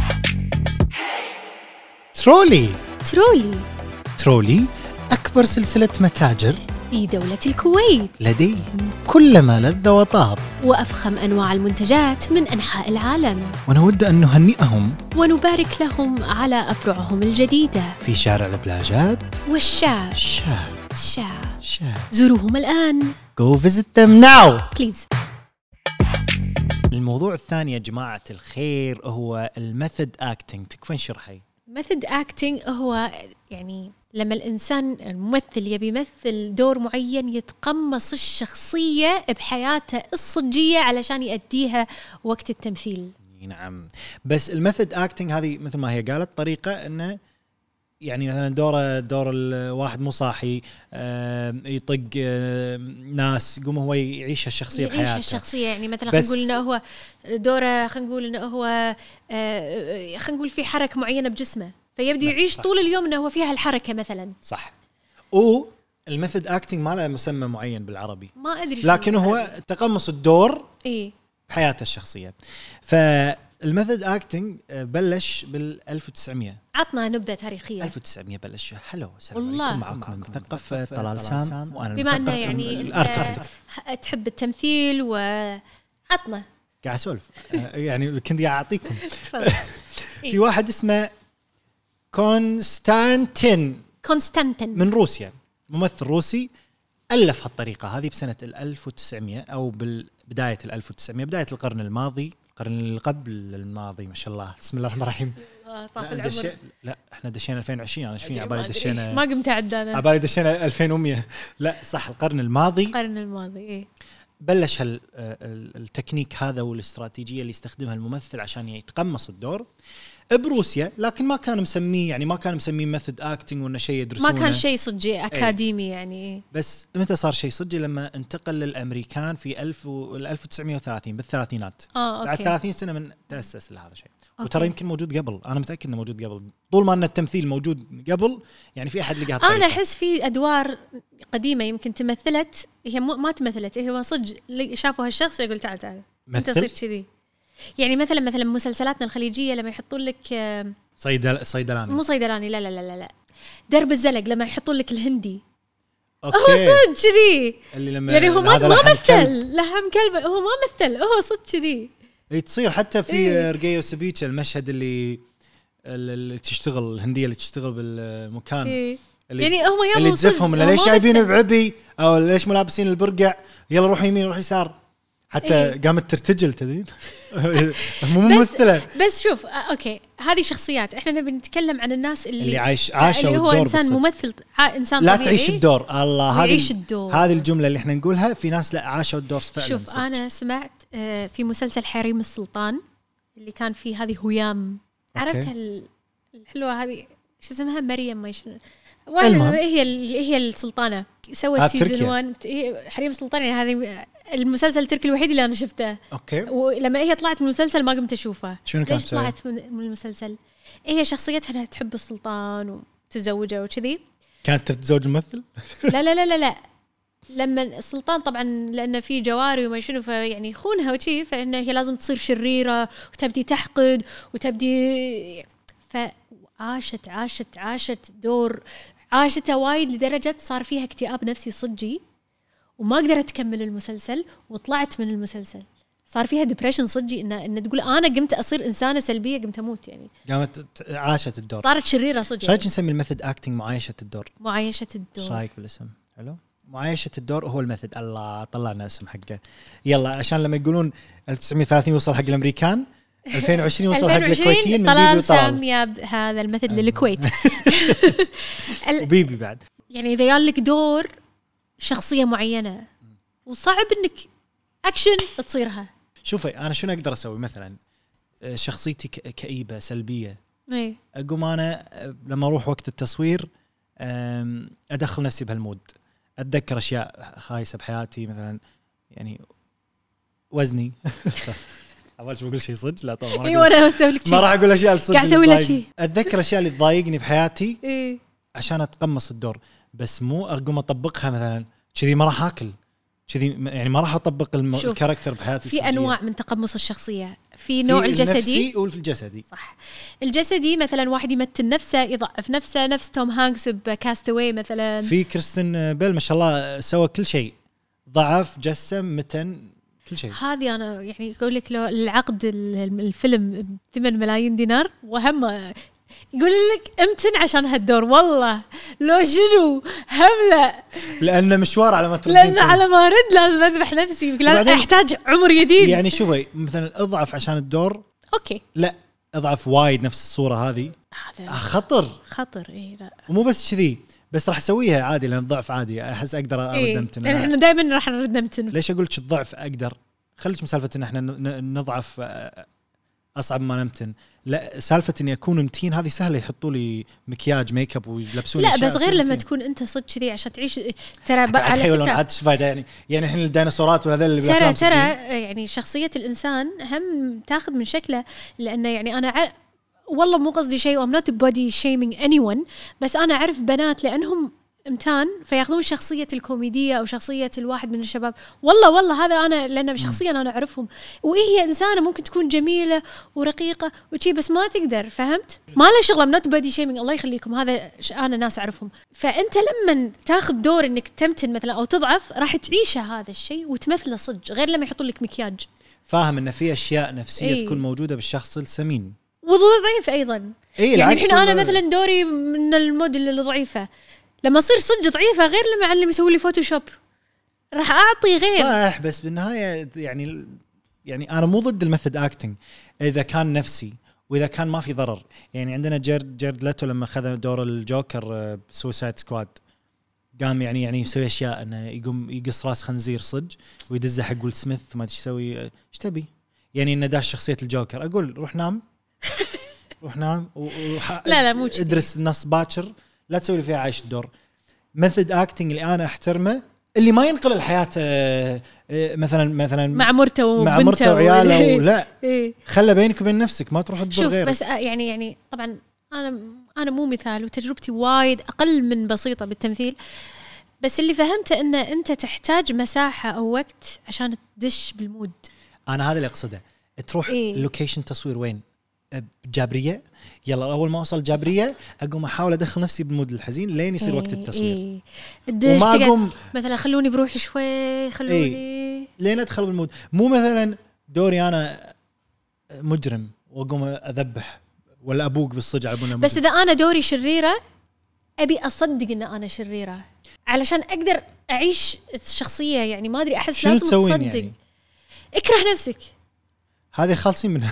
ترولي أكبر سلسلة متاجر في دولة الكويت، لديهم كل ما لذ وطاب وأفخم أنواع المنتجات من أنحاء العالم، ونود أن نهنئهم ونبارك لهم على أفرعهم الجديدة في شارع البلاجات والشاب. شاب. زوروهم الآن. Go visit them now please. الموضوع الثاني يا جماعة الخير هو الميثود أكتينج. تكفين شرحي؟ ميثود أكتينج هو يعني لما الإنسان الممثل يبي يمثل دور معين يتقمص الشخصية بحياته الصجية علشان يأديها وقت التمثيل. نعم، بس الميثود أكتينج هذه مثل ما هي قالت طريقة إنه يعني مثلا دور الواحد مو صاحي يطق ناس، يقوم هو يعيش الشخصيه بحياته. يعيش الشخصيه يعني مثلا خلينا نقول انه هو دوره، خلينا نقول انه هو خلينا نقول في حركه معينه بجسمه، فيبدو يعيش صح. طول اليوم انه هو فيها الحركه مثلا. صح. الميثود اكتنج ما له مسمى معين بالعربي، ما ادري، لكن هو تقمص الدور بحياته الشخصيه. فالميثود اكتنج بلش بال1900. عطنا نبذه تاريخيه. 1900 بلش. هلو السلام عليكم، معكم مثقف طلال سام، وانا بما انه يعني انت تحب التمثيل وعطنا قاعد اسولف يعني كنت قاعد اعطيكم. في واحد اسمه كونستانتين من روسيا، ممثل روسي، ألف هالطريقة هذه بسنة 1900 أو بالبداية 1900، بداية القرن الماضي، القرن اللي قبل الماضي. ما شاء الله، بسم الله الرحمن الرحيم. لا احنا دشينا 2020، انا ايش فيني عبالي دشينا، ما قمت اعد انا، عبالي دشينا 2100. لا صح، القرن الماضي. إيه. بلش التكنيك هذا والاستراتيجية اللي يستخدمها الممثل عشان يتقمص الدور بروسيا، لكن ما كان مسميه، يعني ما كان مسميه ميثود اكتنج ولا شيء يدرسونه، ما كان شيء صجي اكاديمي يعني. بس متى صار شيء صجي؟ لما انتقل للامريكان في 1930 بالثلاثينات. بعد 30 سنه من تاسس لهذا الشيء. وترى يمكن موجود قبل، انا متاكد انه موجود قبل، طول ما ان التمثيل موجود قبل يعني في احد لقاها. انا احس في ادوار قديمه يمكن تمثلت، هي ما تمثلت، هو صج شافوا هالشخص يقول تعال انت تصير كذي. يعني مثلا مسلسلاتنا الخليجيه لما يحطون لك صيدلاني، مو صيدلاني، لا درب الزلق، لما يحطون لك الهندي هو صج كذي، يعني هو ما مثل لحم كلب، هو ما مثل، هو صج كذي. تصير حتى في رقية وسبيتش المشهد اللي تشتغل الهنديه اللي تشتغل بالمكان يعني هم اللي تزفهم ليش جايبين بعبي او ليش ملابسين البرقع، يلا روح يمين روح يسار، حتى قامت ترتجل تدرين. مو ممثله بس شوف اوكي، هذه شخصيات، احنا نبي نتكلم عن الناس اللي عاشوا اللي هو انسان بالصدق. ممثل انسان لا طبيعي. تعيش الدور، الله هذه الجمله اللي احنا نقولها، في ناس لا عاشوا الدور فعلا. شوف صدق. انا سمعت في مسلسل حريم السلطان اللي كان فيه هذه هيام، عرفتها الحلوه هذه، شو اسمها، مريم ما هي السلطانه، سوت سيزون 1 حريم السلطان. يعني هذه المسلسل التركي الوحيد اللي انا شفته. اوكي. ولما هي طلعت من المسلسل ما قمت اشوفه. شنو كانت طلعت من المسلسل؟ هي شخصيتها انها تحب السلطان وتزوجه وكذي. كانت تتزوج الممثل؟ لا لما السلطان طبعا لانه في جواري وما شنو، فيعني يخونها وشي، فانه هي لازم تصير شريره وتبدي تحقد وتبدي، عاشت دور، عاشتها وايد لدرجه صار فيها اكتئاب نفسي صجي، وما قدرت تكمل المسلسل وطلعت من المسلسل. صار فيها ديبريشن صجي، إن تقول أنا قمت أصير إنسانة سلبية، قمت أموت يعني. قامت عاشت الدور، صارت شريرة صجي. شايف نسمي الميثود أكتنج معايشة الدور. شايك بالاسم حلو. معايشة الدور هو الميثود. الله طلعنا اسم حقه. يلا عشان لما يقولون 1930 وصل حق الأمريكان، 2020 وصل حق الكويتيين. من طلال سام يا هذا الميثود للكويت. وبيبي بعد. يعني إذا قال لك دور شخصية معينة وصعب انك اكشن تصيرها. شوفي انا شنو اقدر اسوي؟ مثلا شخصيتي كئيبة سلبية، اقوم انا لما اروح وقت التصوير ادخل نفسي بهالمود، اتذكر اشياء خايسة بحياتي، مثلا يعني وزني. اول شيء بقول شيء صدق، لا طبعا ما راح اقول اشياء صدق، قاعد اسوي لك شيء، اتذكر اشياء اللي تضايقني بحياتي عشان اتقمص الدور، بس مو اقوم اطبقها مثلا كذي، ما راح اكل كذي، يعني ما راح اطبق الكاركتر بحياتي. في انواع من تقمص الشخصيه، في نوع الجسدي وفي الجسدي. صح، الجسدي مثلا واحد يمثل نفسه، يضعف نفسه، نفس توم هانكس بكاستوي مثلا. في كريستن بيل ما شاء الله سوى كل شيء، ضعف، جسم، متن، كل شيء. هذه انا يعني اقول لك لو العقد الفيلم 8 ملايين دينار، وهم يقول لك امتن عشان هالدور، والله لو شنو همله، لأن مشوار على ما ترد، لأن على ما رد لازم أذبح نفسي، لازم أحتاج عمر جديد. يعني شوفي مثلا اضعف عشان الدور، أوكي، لا اضعف وايد نفس الصورة هذه خطر إيه لا، ومو بس كذي، بس راح اسويها عادي لأن الضعف عادي، احس اقدر ارد امتن. يعني احنا دائما راح نرد امتن. ليش اقول لك الضعف اقدر؟ خليك مسالفة ان احنا نضعف اصعب ما نمتن. لا سالفه اني اكون متين هذه سهله، يحطوا لي مكياج ميك اب ويلبسوني. لا بس غير لما تكون انت صدق كذي عشان تعيش. ترى على فكره عاد فايده يعني الحين الديناصورات وهذول اللي بالافلام ترى يعني شخصيه الانسان هم تاخذ من شكله. لانه يعني انا والله مو قصدي شيء I'm not body shaming anyone، بس انا اعرف بنات لانهم امتان فياخذون شخصية الكوميدية أو شخصية الواحد من الشباب. والله هذا أنا لأن شخصيا أنا أعرفهم، وهي إنسانة ممكن تكون جميلة ورقيقة وشي بس ما تقدر. فهمت؟ ما له شغلة منوت بادي شيمينج، الله يخليكم، هذا أنا ناس أعرفهم. فأنت لما تاخذ دور إنك تمتن مثلا أو تضعف راح تعيشه هذا الشيء وتمثله صدق، غير لما يحطون لك مكياج. فاهم إن في أشياء نفسية تكون موجودة بالشخص السمين وضعيف أيضا. يعني الحين أنا مثلا دوري من الموديل الضعيفة، لما أصير صدق ضعيفة غير لما أعلم يسوي لي فوتوشوب، راح أعطي غير. صح، بس بالنهاية يعني أنا مو ضد الميثود أكتنج إذا كان نفسي وإذا كان ما في ضرر. يعني عندنا جيرد ليتو لما أخذ دور الجوكر بسوسايد سكواد، قام يعني يسوي أشياء إنه يقوم يقص راس خنزير صدق ويدزه حق ويل سميث ما تسوي إيش تبي. يعني إنه داش شخصية الجوكر، أقول روح نام روح نام لا مو ادرس النص باكر، لا تسوي لي فيها عايش الدور. ميثود اكتنج اللي انا احترمه اللي ما ينقل الحياه مثلا مع مرته وعياله ولا خلى بينك وبين نفسك، ما تروح تدور غيرك. بس يعني طبعا انا مو مثال وتجربتي وايد اقل من بسيطه بالتمثيل، بس اللي فهمته ان انت تحتاج مساحه او وقت عشان تدش بالمود. انا هذا اللي اقصده. تروح لوكيشن تصوير وين؟ جابرية، يلا أول ما أوصل جابرية أقوم أحاول أدخل نفسي بالمود الحزين لين يصير وقت التصوير. وما أقوم مثلا خلوني بروح شوي خلوني لين أدخل بالمود. مو مثلا دوري أنا مجرم وأقوم أذبح ولا أبوق بالصجع أبونا مجرم. بس إذا أنا دوري شريرة أبي أصدق إن أنا شريرة علشان أقدر أعيش الشخصية. يعني ما أدري، أحس لازم تصدق يعني. اكره نفسك، هذه خالصين منها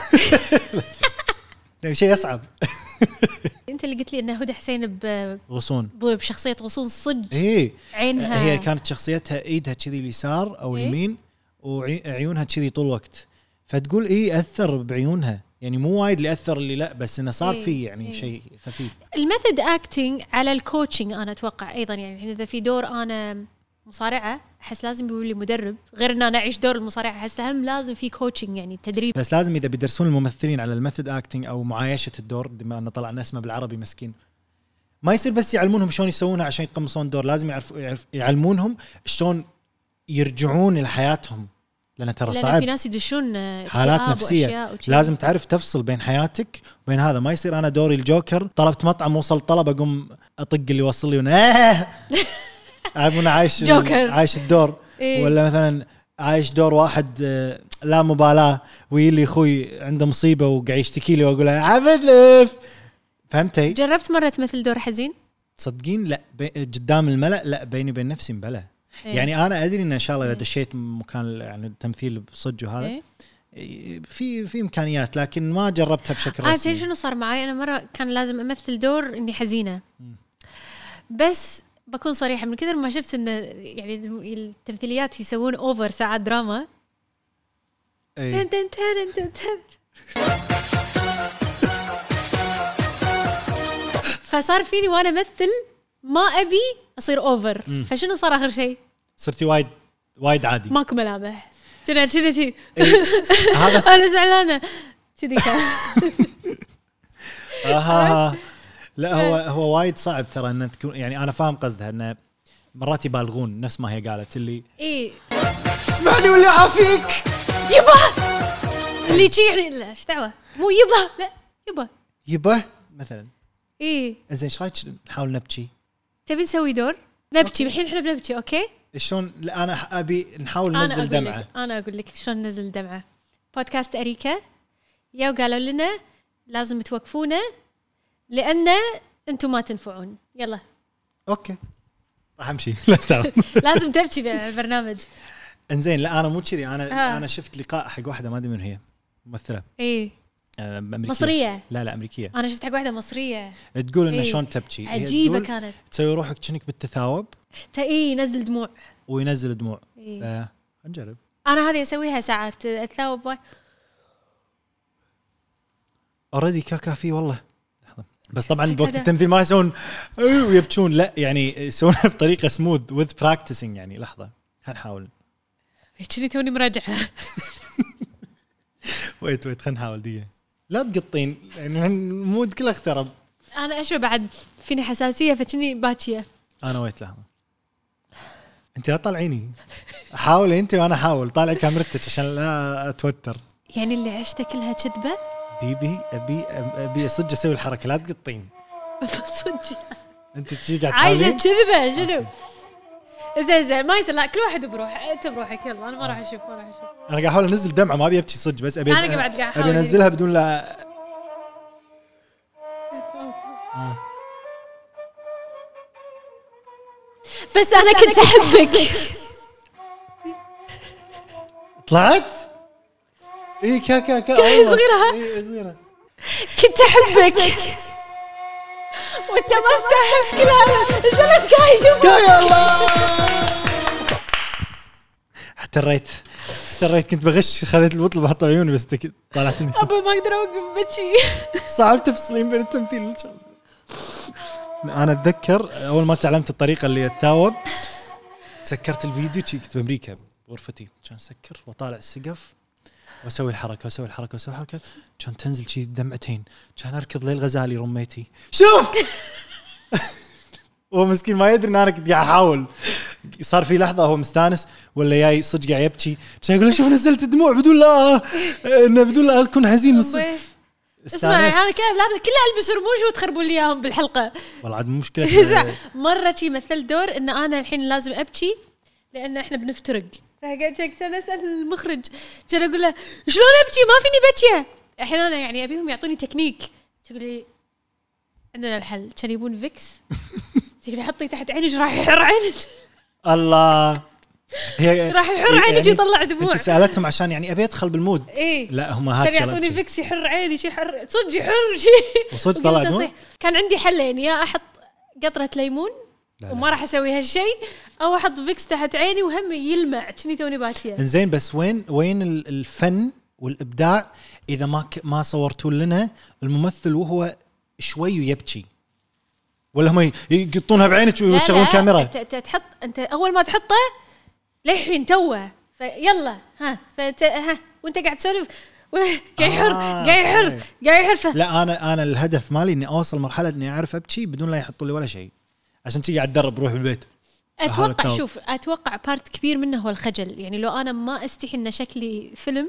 شيء أصعب. أنت اللي قلت لي إن هدى حسين غصون بشخصية غصون صدق. عينها هي كانت شخصيتها إيدها كذي اليسار أو اليمين وعيونها كذي طول الوقت، فتقول أثر بعيونها. يعني مو وايد اللي أثر اللي لا، بس إنه صار فيه يعني شيء خفيف. الميثود أكتينج على الكوتشنج أنا أتوقع أيضا. يعني إذا في دور أنا مصارعة أحس لازم يقول لي مدرب، غير إن أنا أعيش دور المصارعة أحس هم لازم في كوتشنج يعني تدريب. بس لازم إذا بيدرسون الممثلين على الميثود أكتينج أو معايشة الدور، بما أن طلعنا اسمه بالعربي مسكين، ما يصير بس يعلمونهم شلون يسوونها عشان يتقمصون الدور، لازم يعلمونهم شلون يرجعون لحياتهم، لأن ترى صعب. في ناس يدشون حالات نفسية، لازم تعرف تفصل بين حياتك وبين هذا. ما يصير أنا دوري الجوكر طلبت مطعم وصل طلب أقوم أطق اللي يوصل لي أنا عايش الدور. ولا مثلا عايش دور واحد لا مبالاة ويلي أخوي عنده مصيبة وقاعد يشتكي لي وأقول له عبد. فهمتي؟ جربت مرة تمثل دور حزين؟ تصدقين لا قدام الملأ لا، بيني وبين نفسي مبلا. يعني أنا أدري إن شاء الله إذا دشيت مكان يعني التمثيل بصج وهذا في إمكانيات، لكن ما جربتها بشكل رسمي. شنو صار معي أنا مرة كان لازم أمثل دور إني حزينة، بس بكون صريحة من كثر ما شفت إن يعني التمثيليات يسوون أوفر ساعات دراما. تن تن تن تن تن. فصار فيني وأنا أمثل ما أبي أصير أوفر. فشنو صار آخر شيء؟ صرتي وايد عادي، ماكو ملامح. شنو أنا زعلانة كذي كان. لا هو وايد صعب ترى ان تكون. يعني انا فاهم قصدها ان مرات يبالغون نفس ما هي قالت اللي اسمعني ولا عافيك يبا اللي شي يعني لا ايش دعوه مو يبا لا يبا مثلا زين ايش رايك نحاول نبكي؟ تبي نسوي دور نبكي الحين احنا بنبكي اوكي شلون؟ لا انا ابي نحاول ننزل دمعه. انا اقول لك شلون ننزل دمعه. بودكاست أريكة يا وقالوا لنا لازم توقفونا لأن أنتم ما تنفعون. يلا أوكي راح أمشي. لا استعمل. لازم تبكي بالبرنامج. إنزين لا أنا مو كذي. أنا شفت لقاء حق واحدة ما أدري من هي ممثلة مصرية. لا أمريكية. أنا شفت حق واحدة مصرية تقول إنه شلون تبكي عجيبة كانت تسوي روحك كأنك بالتثاوب ينزل دموع وينزل دموع. نجرب. أنا هذه أسويها ساعات الثاوب اوريدي كافي والله. بس طبعا بوقت التمثيل ما يسوون ويبكون، لا يعني يسوونها بطريقه سموث with practicing. يعني لحظه خلينا نحاول. كني توني مراجعه. ويت خلينا نحاول دي. لا تقطين يعني المود كله اخترب. انا اشوف بعد فيني حساسيه فكني باكيه. انا ويت لحظه، انت لا طالعيني. حاولي انت وانا احاول. طالع كاميرتك عشان لا اتوتر. يعني اللي عشته كلها كذبه بيبي. ابي صدق اسوي الحركه لا تقطين. صدق انت تجي قاعد تحاولين عايشه كذبه شنو؟ زين ما يصير. لا كل واحد بروحه. انت بروحك يلا. انا ما راح اشوف. انا قاعد احاول انزل دمعه ما ابي ابكي صدق، بس ابي انا قاعد ابي انزلها بدون لا. بس انا كنت احبك. طلعت اي كا صغيره. اي صغيره. كنت احبك وانت ما استاهلت كل هذا. نزلت كاي شوف يا الله. احتريت كنت بغش. خليت البطل بحط عيوني بس طلعتني. ابا ما اقدر اوقف بشي. صعب تفصلين بين التمثيل. انا اتذكر اول ما تعلمت الطريقه اللي اتثاوب سكرت الفيديو. كنت بامريكا بغرفتي كان اسكر واطالع السقف واسوي الحركه كان تنزل شي دمعتين. كان اركض للغزالي رميتي شوف. هو مسكين ما يدري ان انا كنت قاعد احاول. صار في لحظه هو مستانس ولا جاي صدق قاعد يبكي. كان يقول شوف نزلت دموع بدون لا اكون حزين. اسمع انا كان لابس كله البس رموش وتخربوا لي اياهم بالحلقه. والله عاد مشكله. مره شي مثل دور ان انا الحين لازم ابكي لان احنا بنفترق. كان اسال المخرج كان اقول له شلون ابكي ما فيني بكيه. احيانا يعني ابيهم يعطوني تكنيك. تقول لي عندنا الحل. كان يبون فيكس. تقول لي حطي تحت عينك راح يحر عينك. الله هي راح يحر عينك يطلع دموع. انت سالتهم عشان يعني ابي ادخل بالمود. إيه؟ لا هم هاد كان يعطوني فيكس يحر عيني شي حر صدق يحر شي. وصدق طلع دموع. كان عندي حلين، يا احط قطره ليمون وما راح اسوي هالشيء، او احط فيكس تحت عيني وهم يلمع كني توني باتيه. انزين بس وين الفن والابداع اذا ما صورتوا لنا الممثل وهو شوي ويبكي، ولا هم يقطونها بعينك ويشغلون كاميرا؟ تحط انت اول ما تحطه للحين توه فيلا ها وانت قاعد تسولف قاعد يحر لا انا الهدف مالي اني اوصل مرحله اني اعرف ابكي بدون لا يحطوا لي ولا شيء، عشان شي قاعد اتدرب بروح بالبيت. اتوقع بارت كبير منه هو الخجل. يعني لو انا ما استحي ان شكلي فيلم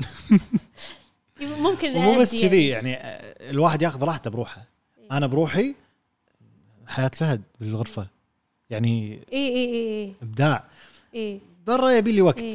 ممكن مو بس كذي يعني الواحد ياخذ راحته بروحه. انا بروحي حياة فهد بالغرفه يعني اي ابداع. برا يبي لي وقت.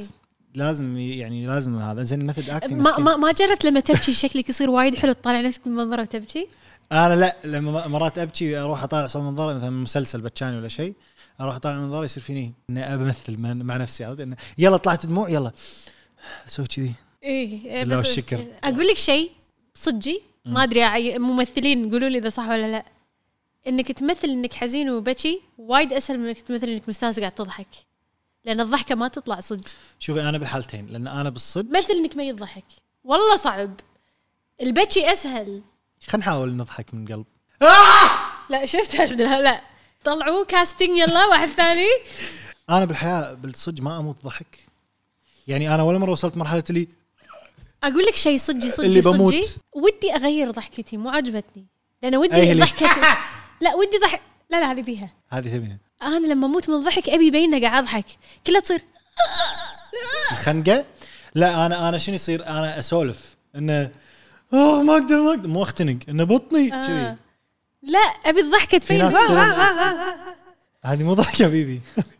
لازم هذا زين ميثود اكتنج. ما جربت لما تبكي شكلك يصير وايد حلو تطالع نفسك بالمنظر وتبكي؟ انا لا، لما مرات ابكي اروح اطالع صوت منظر مثلا مسلسل بتشاني ولا شيء، اروح اطالع منظر يصير فيني اني امثل مع نفسي عاد يلا طلعت دموع يلا اسوي كذي. بس اقول لك شيء صدقي ما ادري ممثلين قولوا لي اذا صح ولا لا، انك تمثل انك حزين وبكي وايد اسهل من انك تمثل انك مستانس وقاعد تضحك، لان الضحكه ما تطلع صدق. شوفي انا بالحالتين، لان انا بالصدق مثل انك ما يضحك والله صعب، البكي اسهل. خلينا نحاول نضحك من قلب. لا شفت لا طلعوا كاستنج يلا واحد ثاني. انا بالحياه بالصدق ما اموت ضحك، يعني انا ولا مره وصلت مرحله اللي اقول لك شيء صدقي ودي اغير ضحكتي مو عجبتني، لان ودي ضحكتي لا ودي ضحك لا هذه بيها، هذه تبيها. انا لما اموت من ضحك ابي بينه قاعد اضحك كلها تصير الخنقه. لا انا شنو يصير، انا اسولف انه ما اقدر مو اختنق انه بطني كذي. لا ابي الضحكه تفين. هذه مو ضحكه بيبي.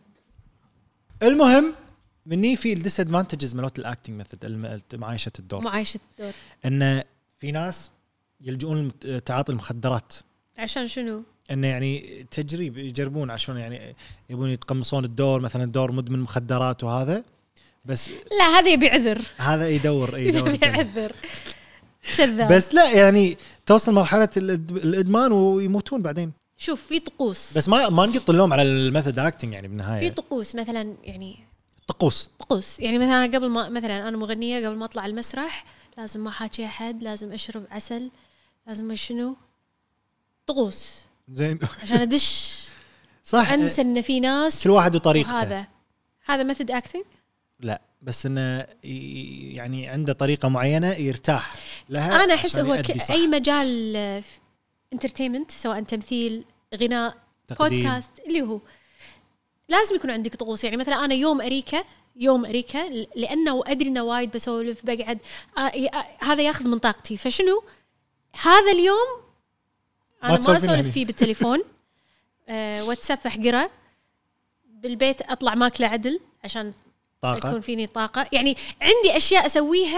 المهم مني في الديس ادفانتجز مالت الاكتنج ميثود، معايشه الدور ان في ناس يلجؤون لتعاطي المخدرات. عشان شنو؟ انه يعني تجريب يجربون عشان يعني يبون يتقمصون الدور، مثلا الدور مدمن مخدرات وهذا. بس لا هذا يبي عذر، هذا يدور عذر كذاب. بس لا يعني توصل مرحله الادمان ويموتون بعدين. شوف في طقوس، بس ما نقط اللوم على الميثود اكتنج يعني بالنهايه. في طقوس مثلا يعني طقوس يعني مثلا قبل ما مثلا انا مغنيه قبل ما اطلع المسرح لازم ما احاكي احد، لازم اشرب عسل لازم شنو طقوس زين عشان ادش صح انسى ان في ناس كل واحد وطريقته. هذا ميثود اكتنج لا بس انه يعني عنده طريقه معينه يرتاح لها. انا احس هو اي مجال انترتينمنت سواء تمثيل غناء تقديم. بودكاست اللي هو لازم يكون عندك طقوس. يعني مثلا انا يوم اريكا لانه ادري انه وايد بسولف بقعد هذا ياخذ من طاقتي. فشنو هذا اليوم انا ما اسولف فيه بالتليفون واتساب احقره بالبيت اطلع ماكله عدل عشان طاقة. يكون فيني طاقه. يعني عندي اشياء اسويها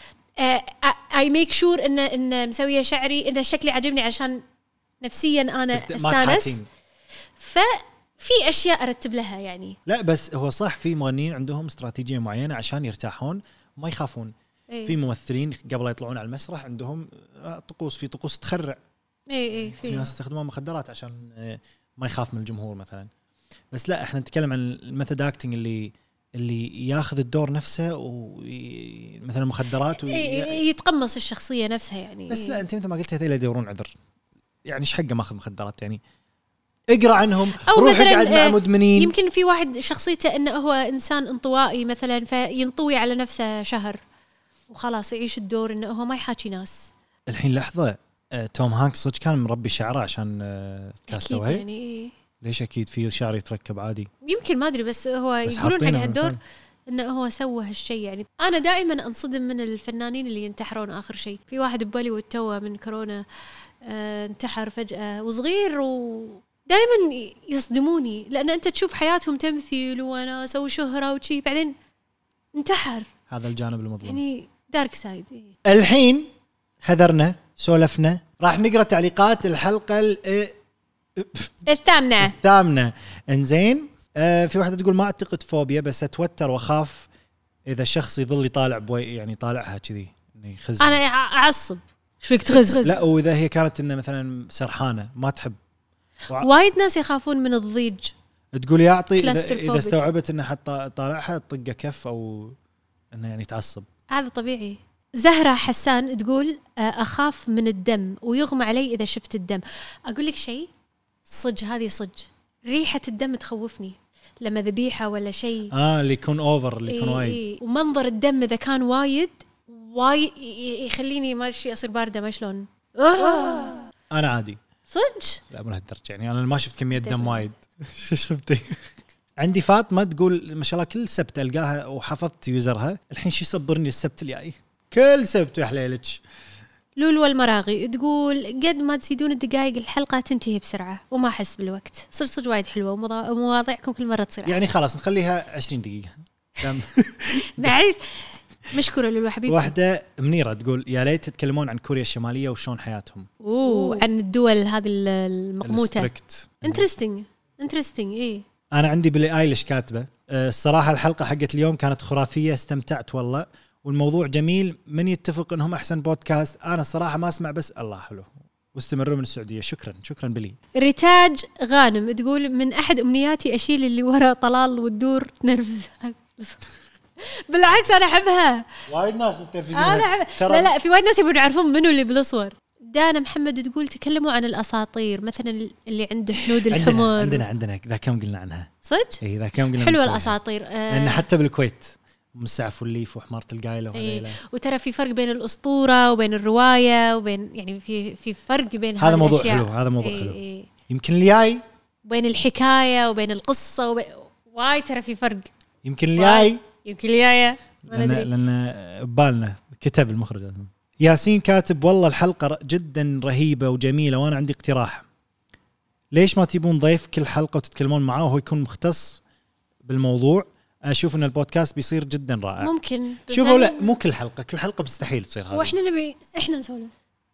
اي ميك شور ان مسويه شعري ان شكلي عجبني عشان نفسيا انا استانس. ففي اشياء ارتب لها يعني. لا بس هو صح في مغنيين عندهم استراتيجيه معينه عشان يرتاحون وما يخافون. في ممثلين قبل لا يطلعون على المسرح عندهم طقوس. في طقوس تخرع. في ناس يستخدمون مخدرات عشان ما يخاف من الجمهور مثلا. بس لا احنا نتكلم عن الميثود اكتنج اللي ياخذ الدور نفسه ومثلا مخدرات يتقمص الشخصيه نفسها يعني. بس لا انت مثل ما قلت هذول يدورون عذر. يعني ايش حقه ماخذ مخدرات يعني اقرا عنهم روح اقعد مع مدمنين. يمكن في واحد شخصيته انه هو انسان انطوائي مثلا فينطوي على نفسه شهر وخلاص يعيش الدور انه هو ما يحاكي ناس. الحين لحظه توم هانكس صدق كان مربي شعره عشان كاستوي يعني. ليش اكيد في شعر يتركب عادي يمكن ما ادري بس هو يقولون حق هالدور انه هو سوى هالشيء. يعني انا دائما انصدم من الفنانين اللي ينتحرون اخر شيء. في واحد ببوليوود توه من كورونا انتحر فجأة وصغير ودائما يصدموني لان انت تشوف حياتهم تمثيل وناس وشهرة وشي بعدين انتحر. هذا الجانب المظلوم يعني دارك سايد. الحين هذرنا سولفنا راح نقرأ تعليقات الحلقة الثامنة. انزين في واحدة تقول ما اعتقد فوبيا بس اتوتر واخاف اذا الشخص يظل يطالع يعني طالعها كذي انه يخز. انا اعصب ايش فيك تخز. لا واذا هي كانت انه مثلا سرحانة ما تحب. وايد ناس يخافون من الضيج. تقول يعطي اذا استوعبت انه حتى طالعها طقه كف او انه يعني تعصب. هذا طبيعي. زهرة حسان تقول اخاف من الدم ويغمى علي اذا شفت الدم. اقول لك شيء صج هذه صج ريحة الدم تخوفني لما ذبيحة ولا شيء اللي يكون اوفر اللي يكون وايد. ومنظر الدم اذا كان وايد يخليني ماشي اصير باردة ما شلون. انا عادي صج. لا من هالدرجة يعني انا ما شفت كمية دم وايد. شفتي عندي فاطمة تقول ما شاء الله كل سبت القاها وحفظت يوزرها الحين شي يصبرني السبت الجاي كل سبت يا حليلك. لولو المراغي تقول قد ما تزيدون الدقائق الحلقة تنتهي بسرعة وما أحس بالوقت. صدق وايد حلوة ومواضيعكم كل مرة تصير يعني خلاص نخليها 20 دقيقة. نعيس. مشكورة لولو حبيبي. واحدة منيرة تقول يا ليت تتكلمون عن كوريا الشمالية وشون حياتهم. عن الدول هذه المقموتة. انترستينج. أنا عندي بيلي آيليش كاتبة الصراحة الحلقة حقت اليوم كانت خرافية استمتعت والله والموضوع جميل. من يتفق انهم احسن بودكاست. انا الصراحه ما اسمع بس الله حلو واستمروا من السعوديه. شكرا بالي. ريتاج غانم تقول من احد امنياتي اشيل اللي ورا طلال والدور تنرفز. بالعكس انا احبها. وايد ناس متنرفزين. لا في وايد ناس يبون يعرفون منو اللي بالصور. دانا محمد تقول تكلموا عن الاساطير مثلا اللي عنده حنود الحمر. عندنا ذا كم قلنا عنها صدق. اي ذا كم قلنا حلوه الاساطير لان حتى بالكويت مسعف والليف وحمارة القايلة وهذيلا. وترى في فرق بين الأسطورة وبين الرواية وبين يعني في فرق بين هذا موضوع حلو. هذا موضوع حلو. يمكن الجاي بين الحكاية وبين القصة واي ترى في فرق. يمكن الجاي لأن بالنا كتب المخرج. ياسين كاتب والله الحلقة جدا رهيبة وجميلة وانا عندي اقتراح ليش ما تجيبون ضيف كل حلقة وتتكلمون معاه وهو يكون مختص بالموضوع. أشوف إن البودكاست بيصير جدا رائع. ممكن شوفوا لا مو كل حلقة مستحيل تصير هذا. وإحنا نبي نسولف.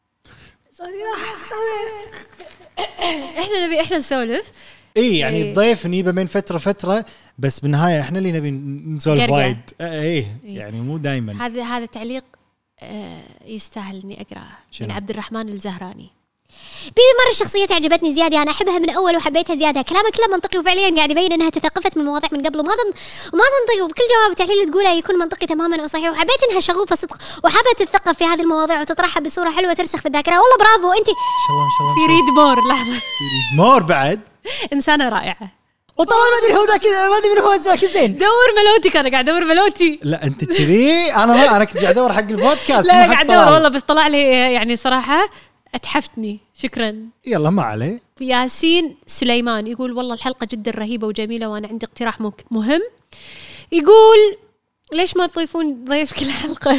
إحنا نسولف. يعني الضيف نيبه من فترة بس بالنهاية إحنا اللي نبي نسولف وايد. يعني مو دايما. هذا تعليق يستاهل إني أقرأه من عبد الرحمن الزهراني. بيبي مرة شخصيتها عجبتني زيادة، أنا أحبها من أول وحبيتها زيادة، كلامها كله منطقي وفعليا قاعد يبين أنها تثقفت من مواضيع من قبل وما تنطق، وبكل جواب وتحليل تقوله يكون منطقي تماما وصحيح، وحبيت أنها شغوفة صدق وحابة تتثقف في هذه المواضيع وتطرحها بصورة حلوة ترسخ في الذاكرة. والله برافو أنت. ما شاء الله ما شاء الله. في ريد مور، لحظة، في ريد مور بعد. إنسانة رائعة. وطبعا ما ادري هو ذاك، ما ادري من هو ذاك الزين. دور ملوتي، انا قاعد ادور ملوتي. لا انت كذي، انا كنت قاعد ادور حق البودكاست. لا قاعد ادور والله، بس طلع لي يعني صراحه اتحفتني. شكرا. يلا ما عليه. ياسين سليمان يقول والله الحلقه جدا رهيبه وجميله، وانا عندي اقتراح مهم. يقول ليش ما تضيفون ضيف كل حلقه؟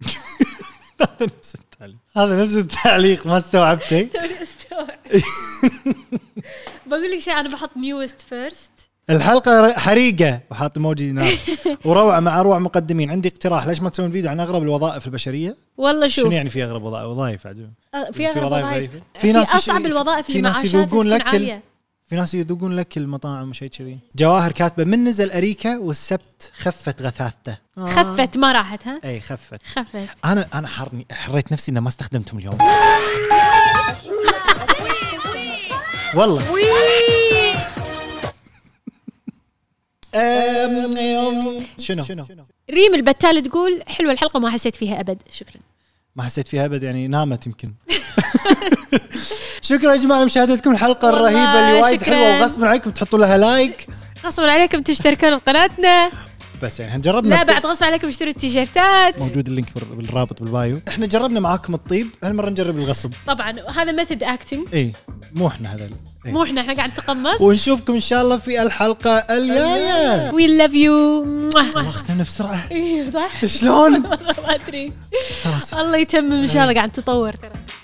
هذا نفس التعليق ما استوعبته. توني استوعب. بقول لك شيء، انا بحط نيوست فيرست. الحلقه حريقه وحاط ايموجي نار وروعه مع اروع مقدمين. عندي اقتراح، ليش ما تسوون فيديو عن اغرب الوظائف البشريه؟ والله شوف، شنو يعني في اغرب وظائف عجب؟ في اغرب وظائف، في ناس اصعب الوظائف اللي معاشاتها تكون عاليه. في ناس يذوقون لك المطاعم وشيء كذي. جواهر كاتبه من نزل اريكا والسبت خفت غثاثته. خفت ما راحت. ها اي خفت. انا حريت نفسي اني ما استخدمتهم اليوم والله. شنو ريم البتال تقول حلوه الحلقه ما حسيت فيها ابد. شكرا. ما حسيت فيها ابد يعني نامت يمكن. شكرا يا جماعه لمشاهدتكم الحلقه الرهيبه اللي وايد حلوه، وغصبا عليكم تحطوا لها لايك، غصبا عليكم تشتركون بقناتنا. بس يعني هنجربنا. لا بعد غصب عليكم اشتروا التيشيرتات، موجود اللينك بالرابط بالبايو. احنا جربنا معاكم الطيب، هالمره نجرب الغصب. طبعا هذا ميثود اكتنج. اي مو احنا هذا مو احنا قاعد نتقمص. ونشوفكم ان شاء الله في الحلقه الجايه. وي لاف يو. اختنا بسرعه. ايوه صح. شلون؟ ما ادري. الله يتمم ان شاء الله. قاعد تطور ترى.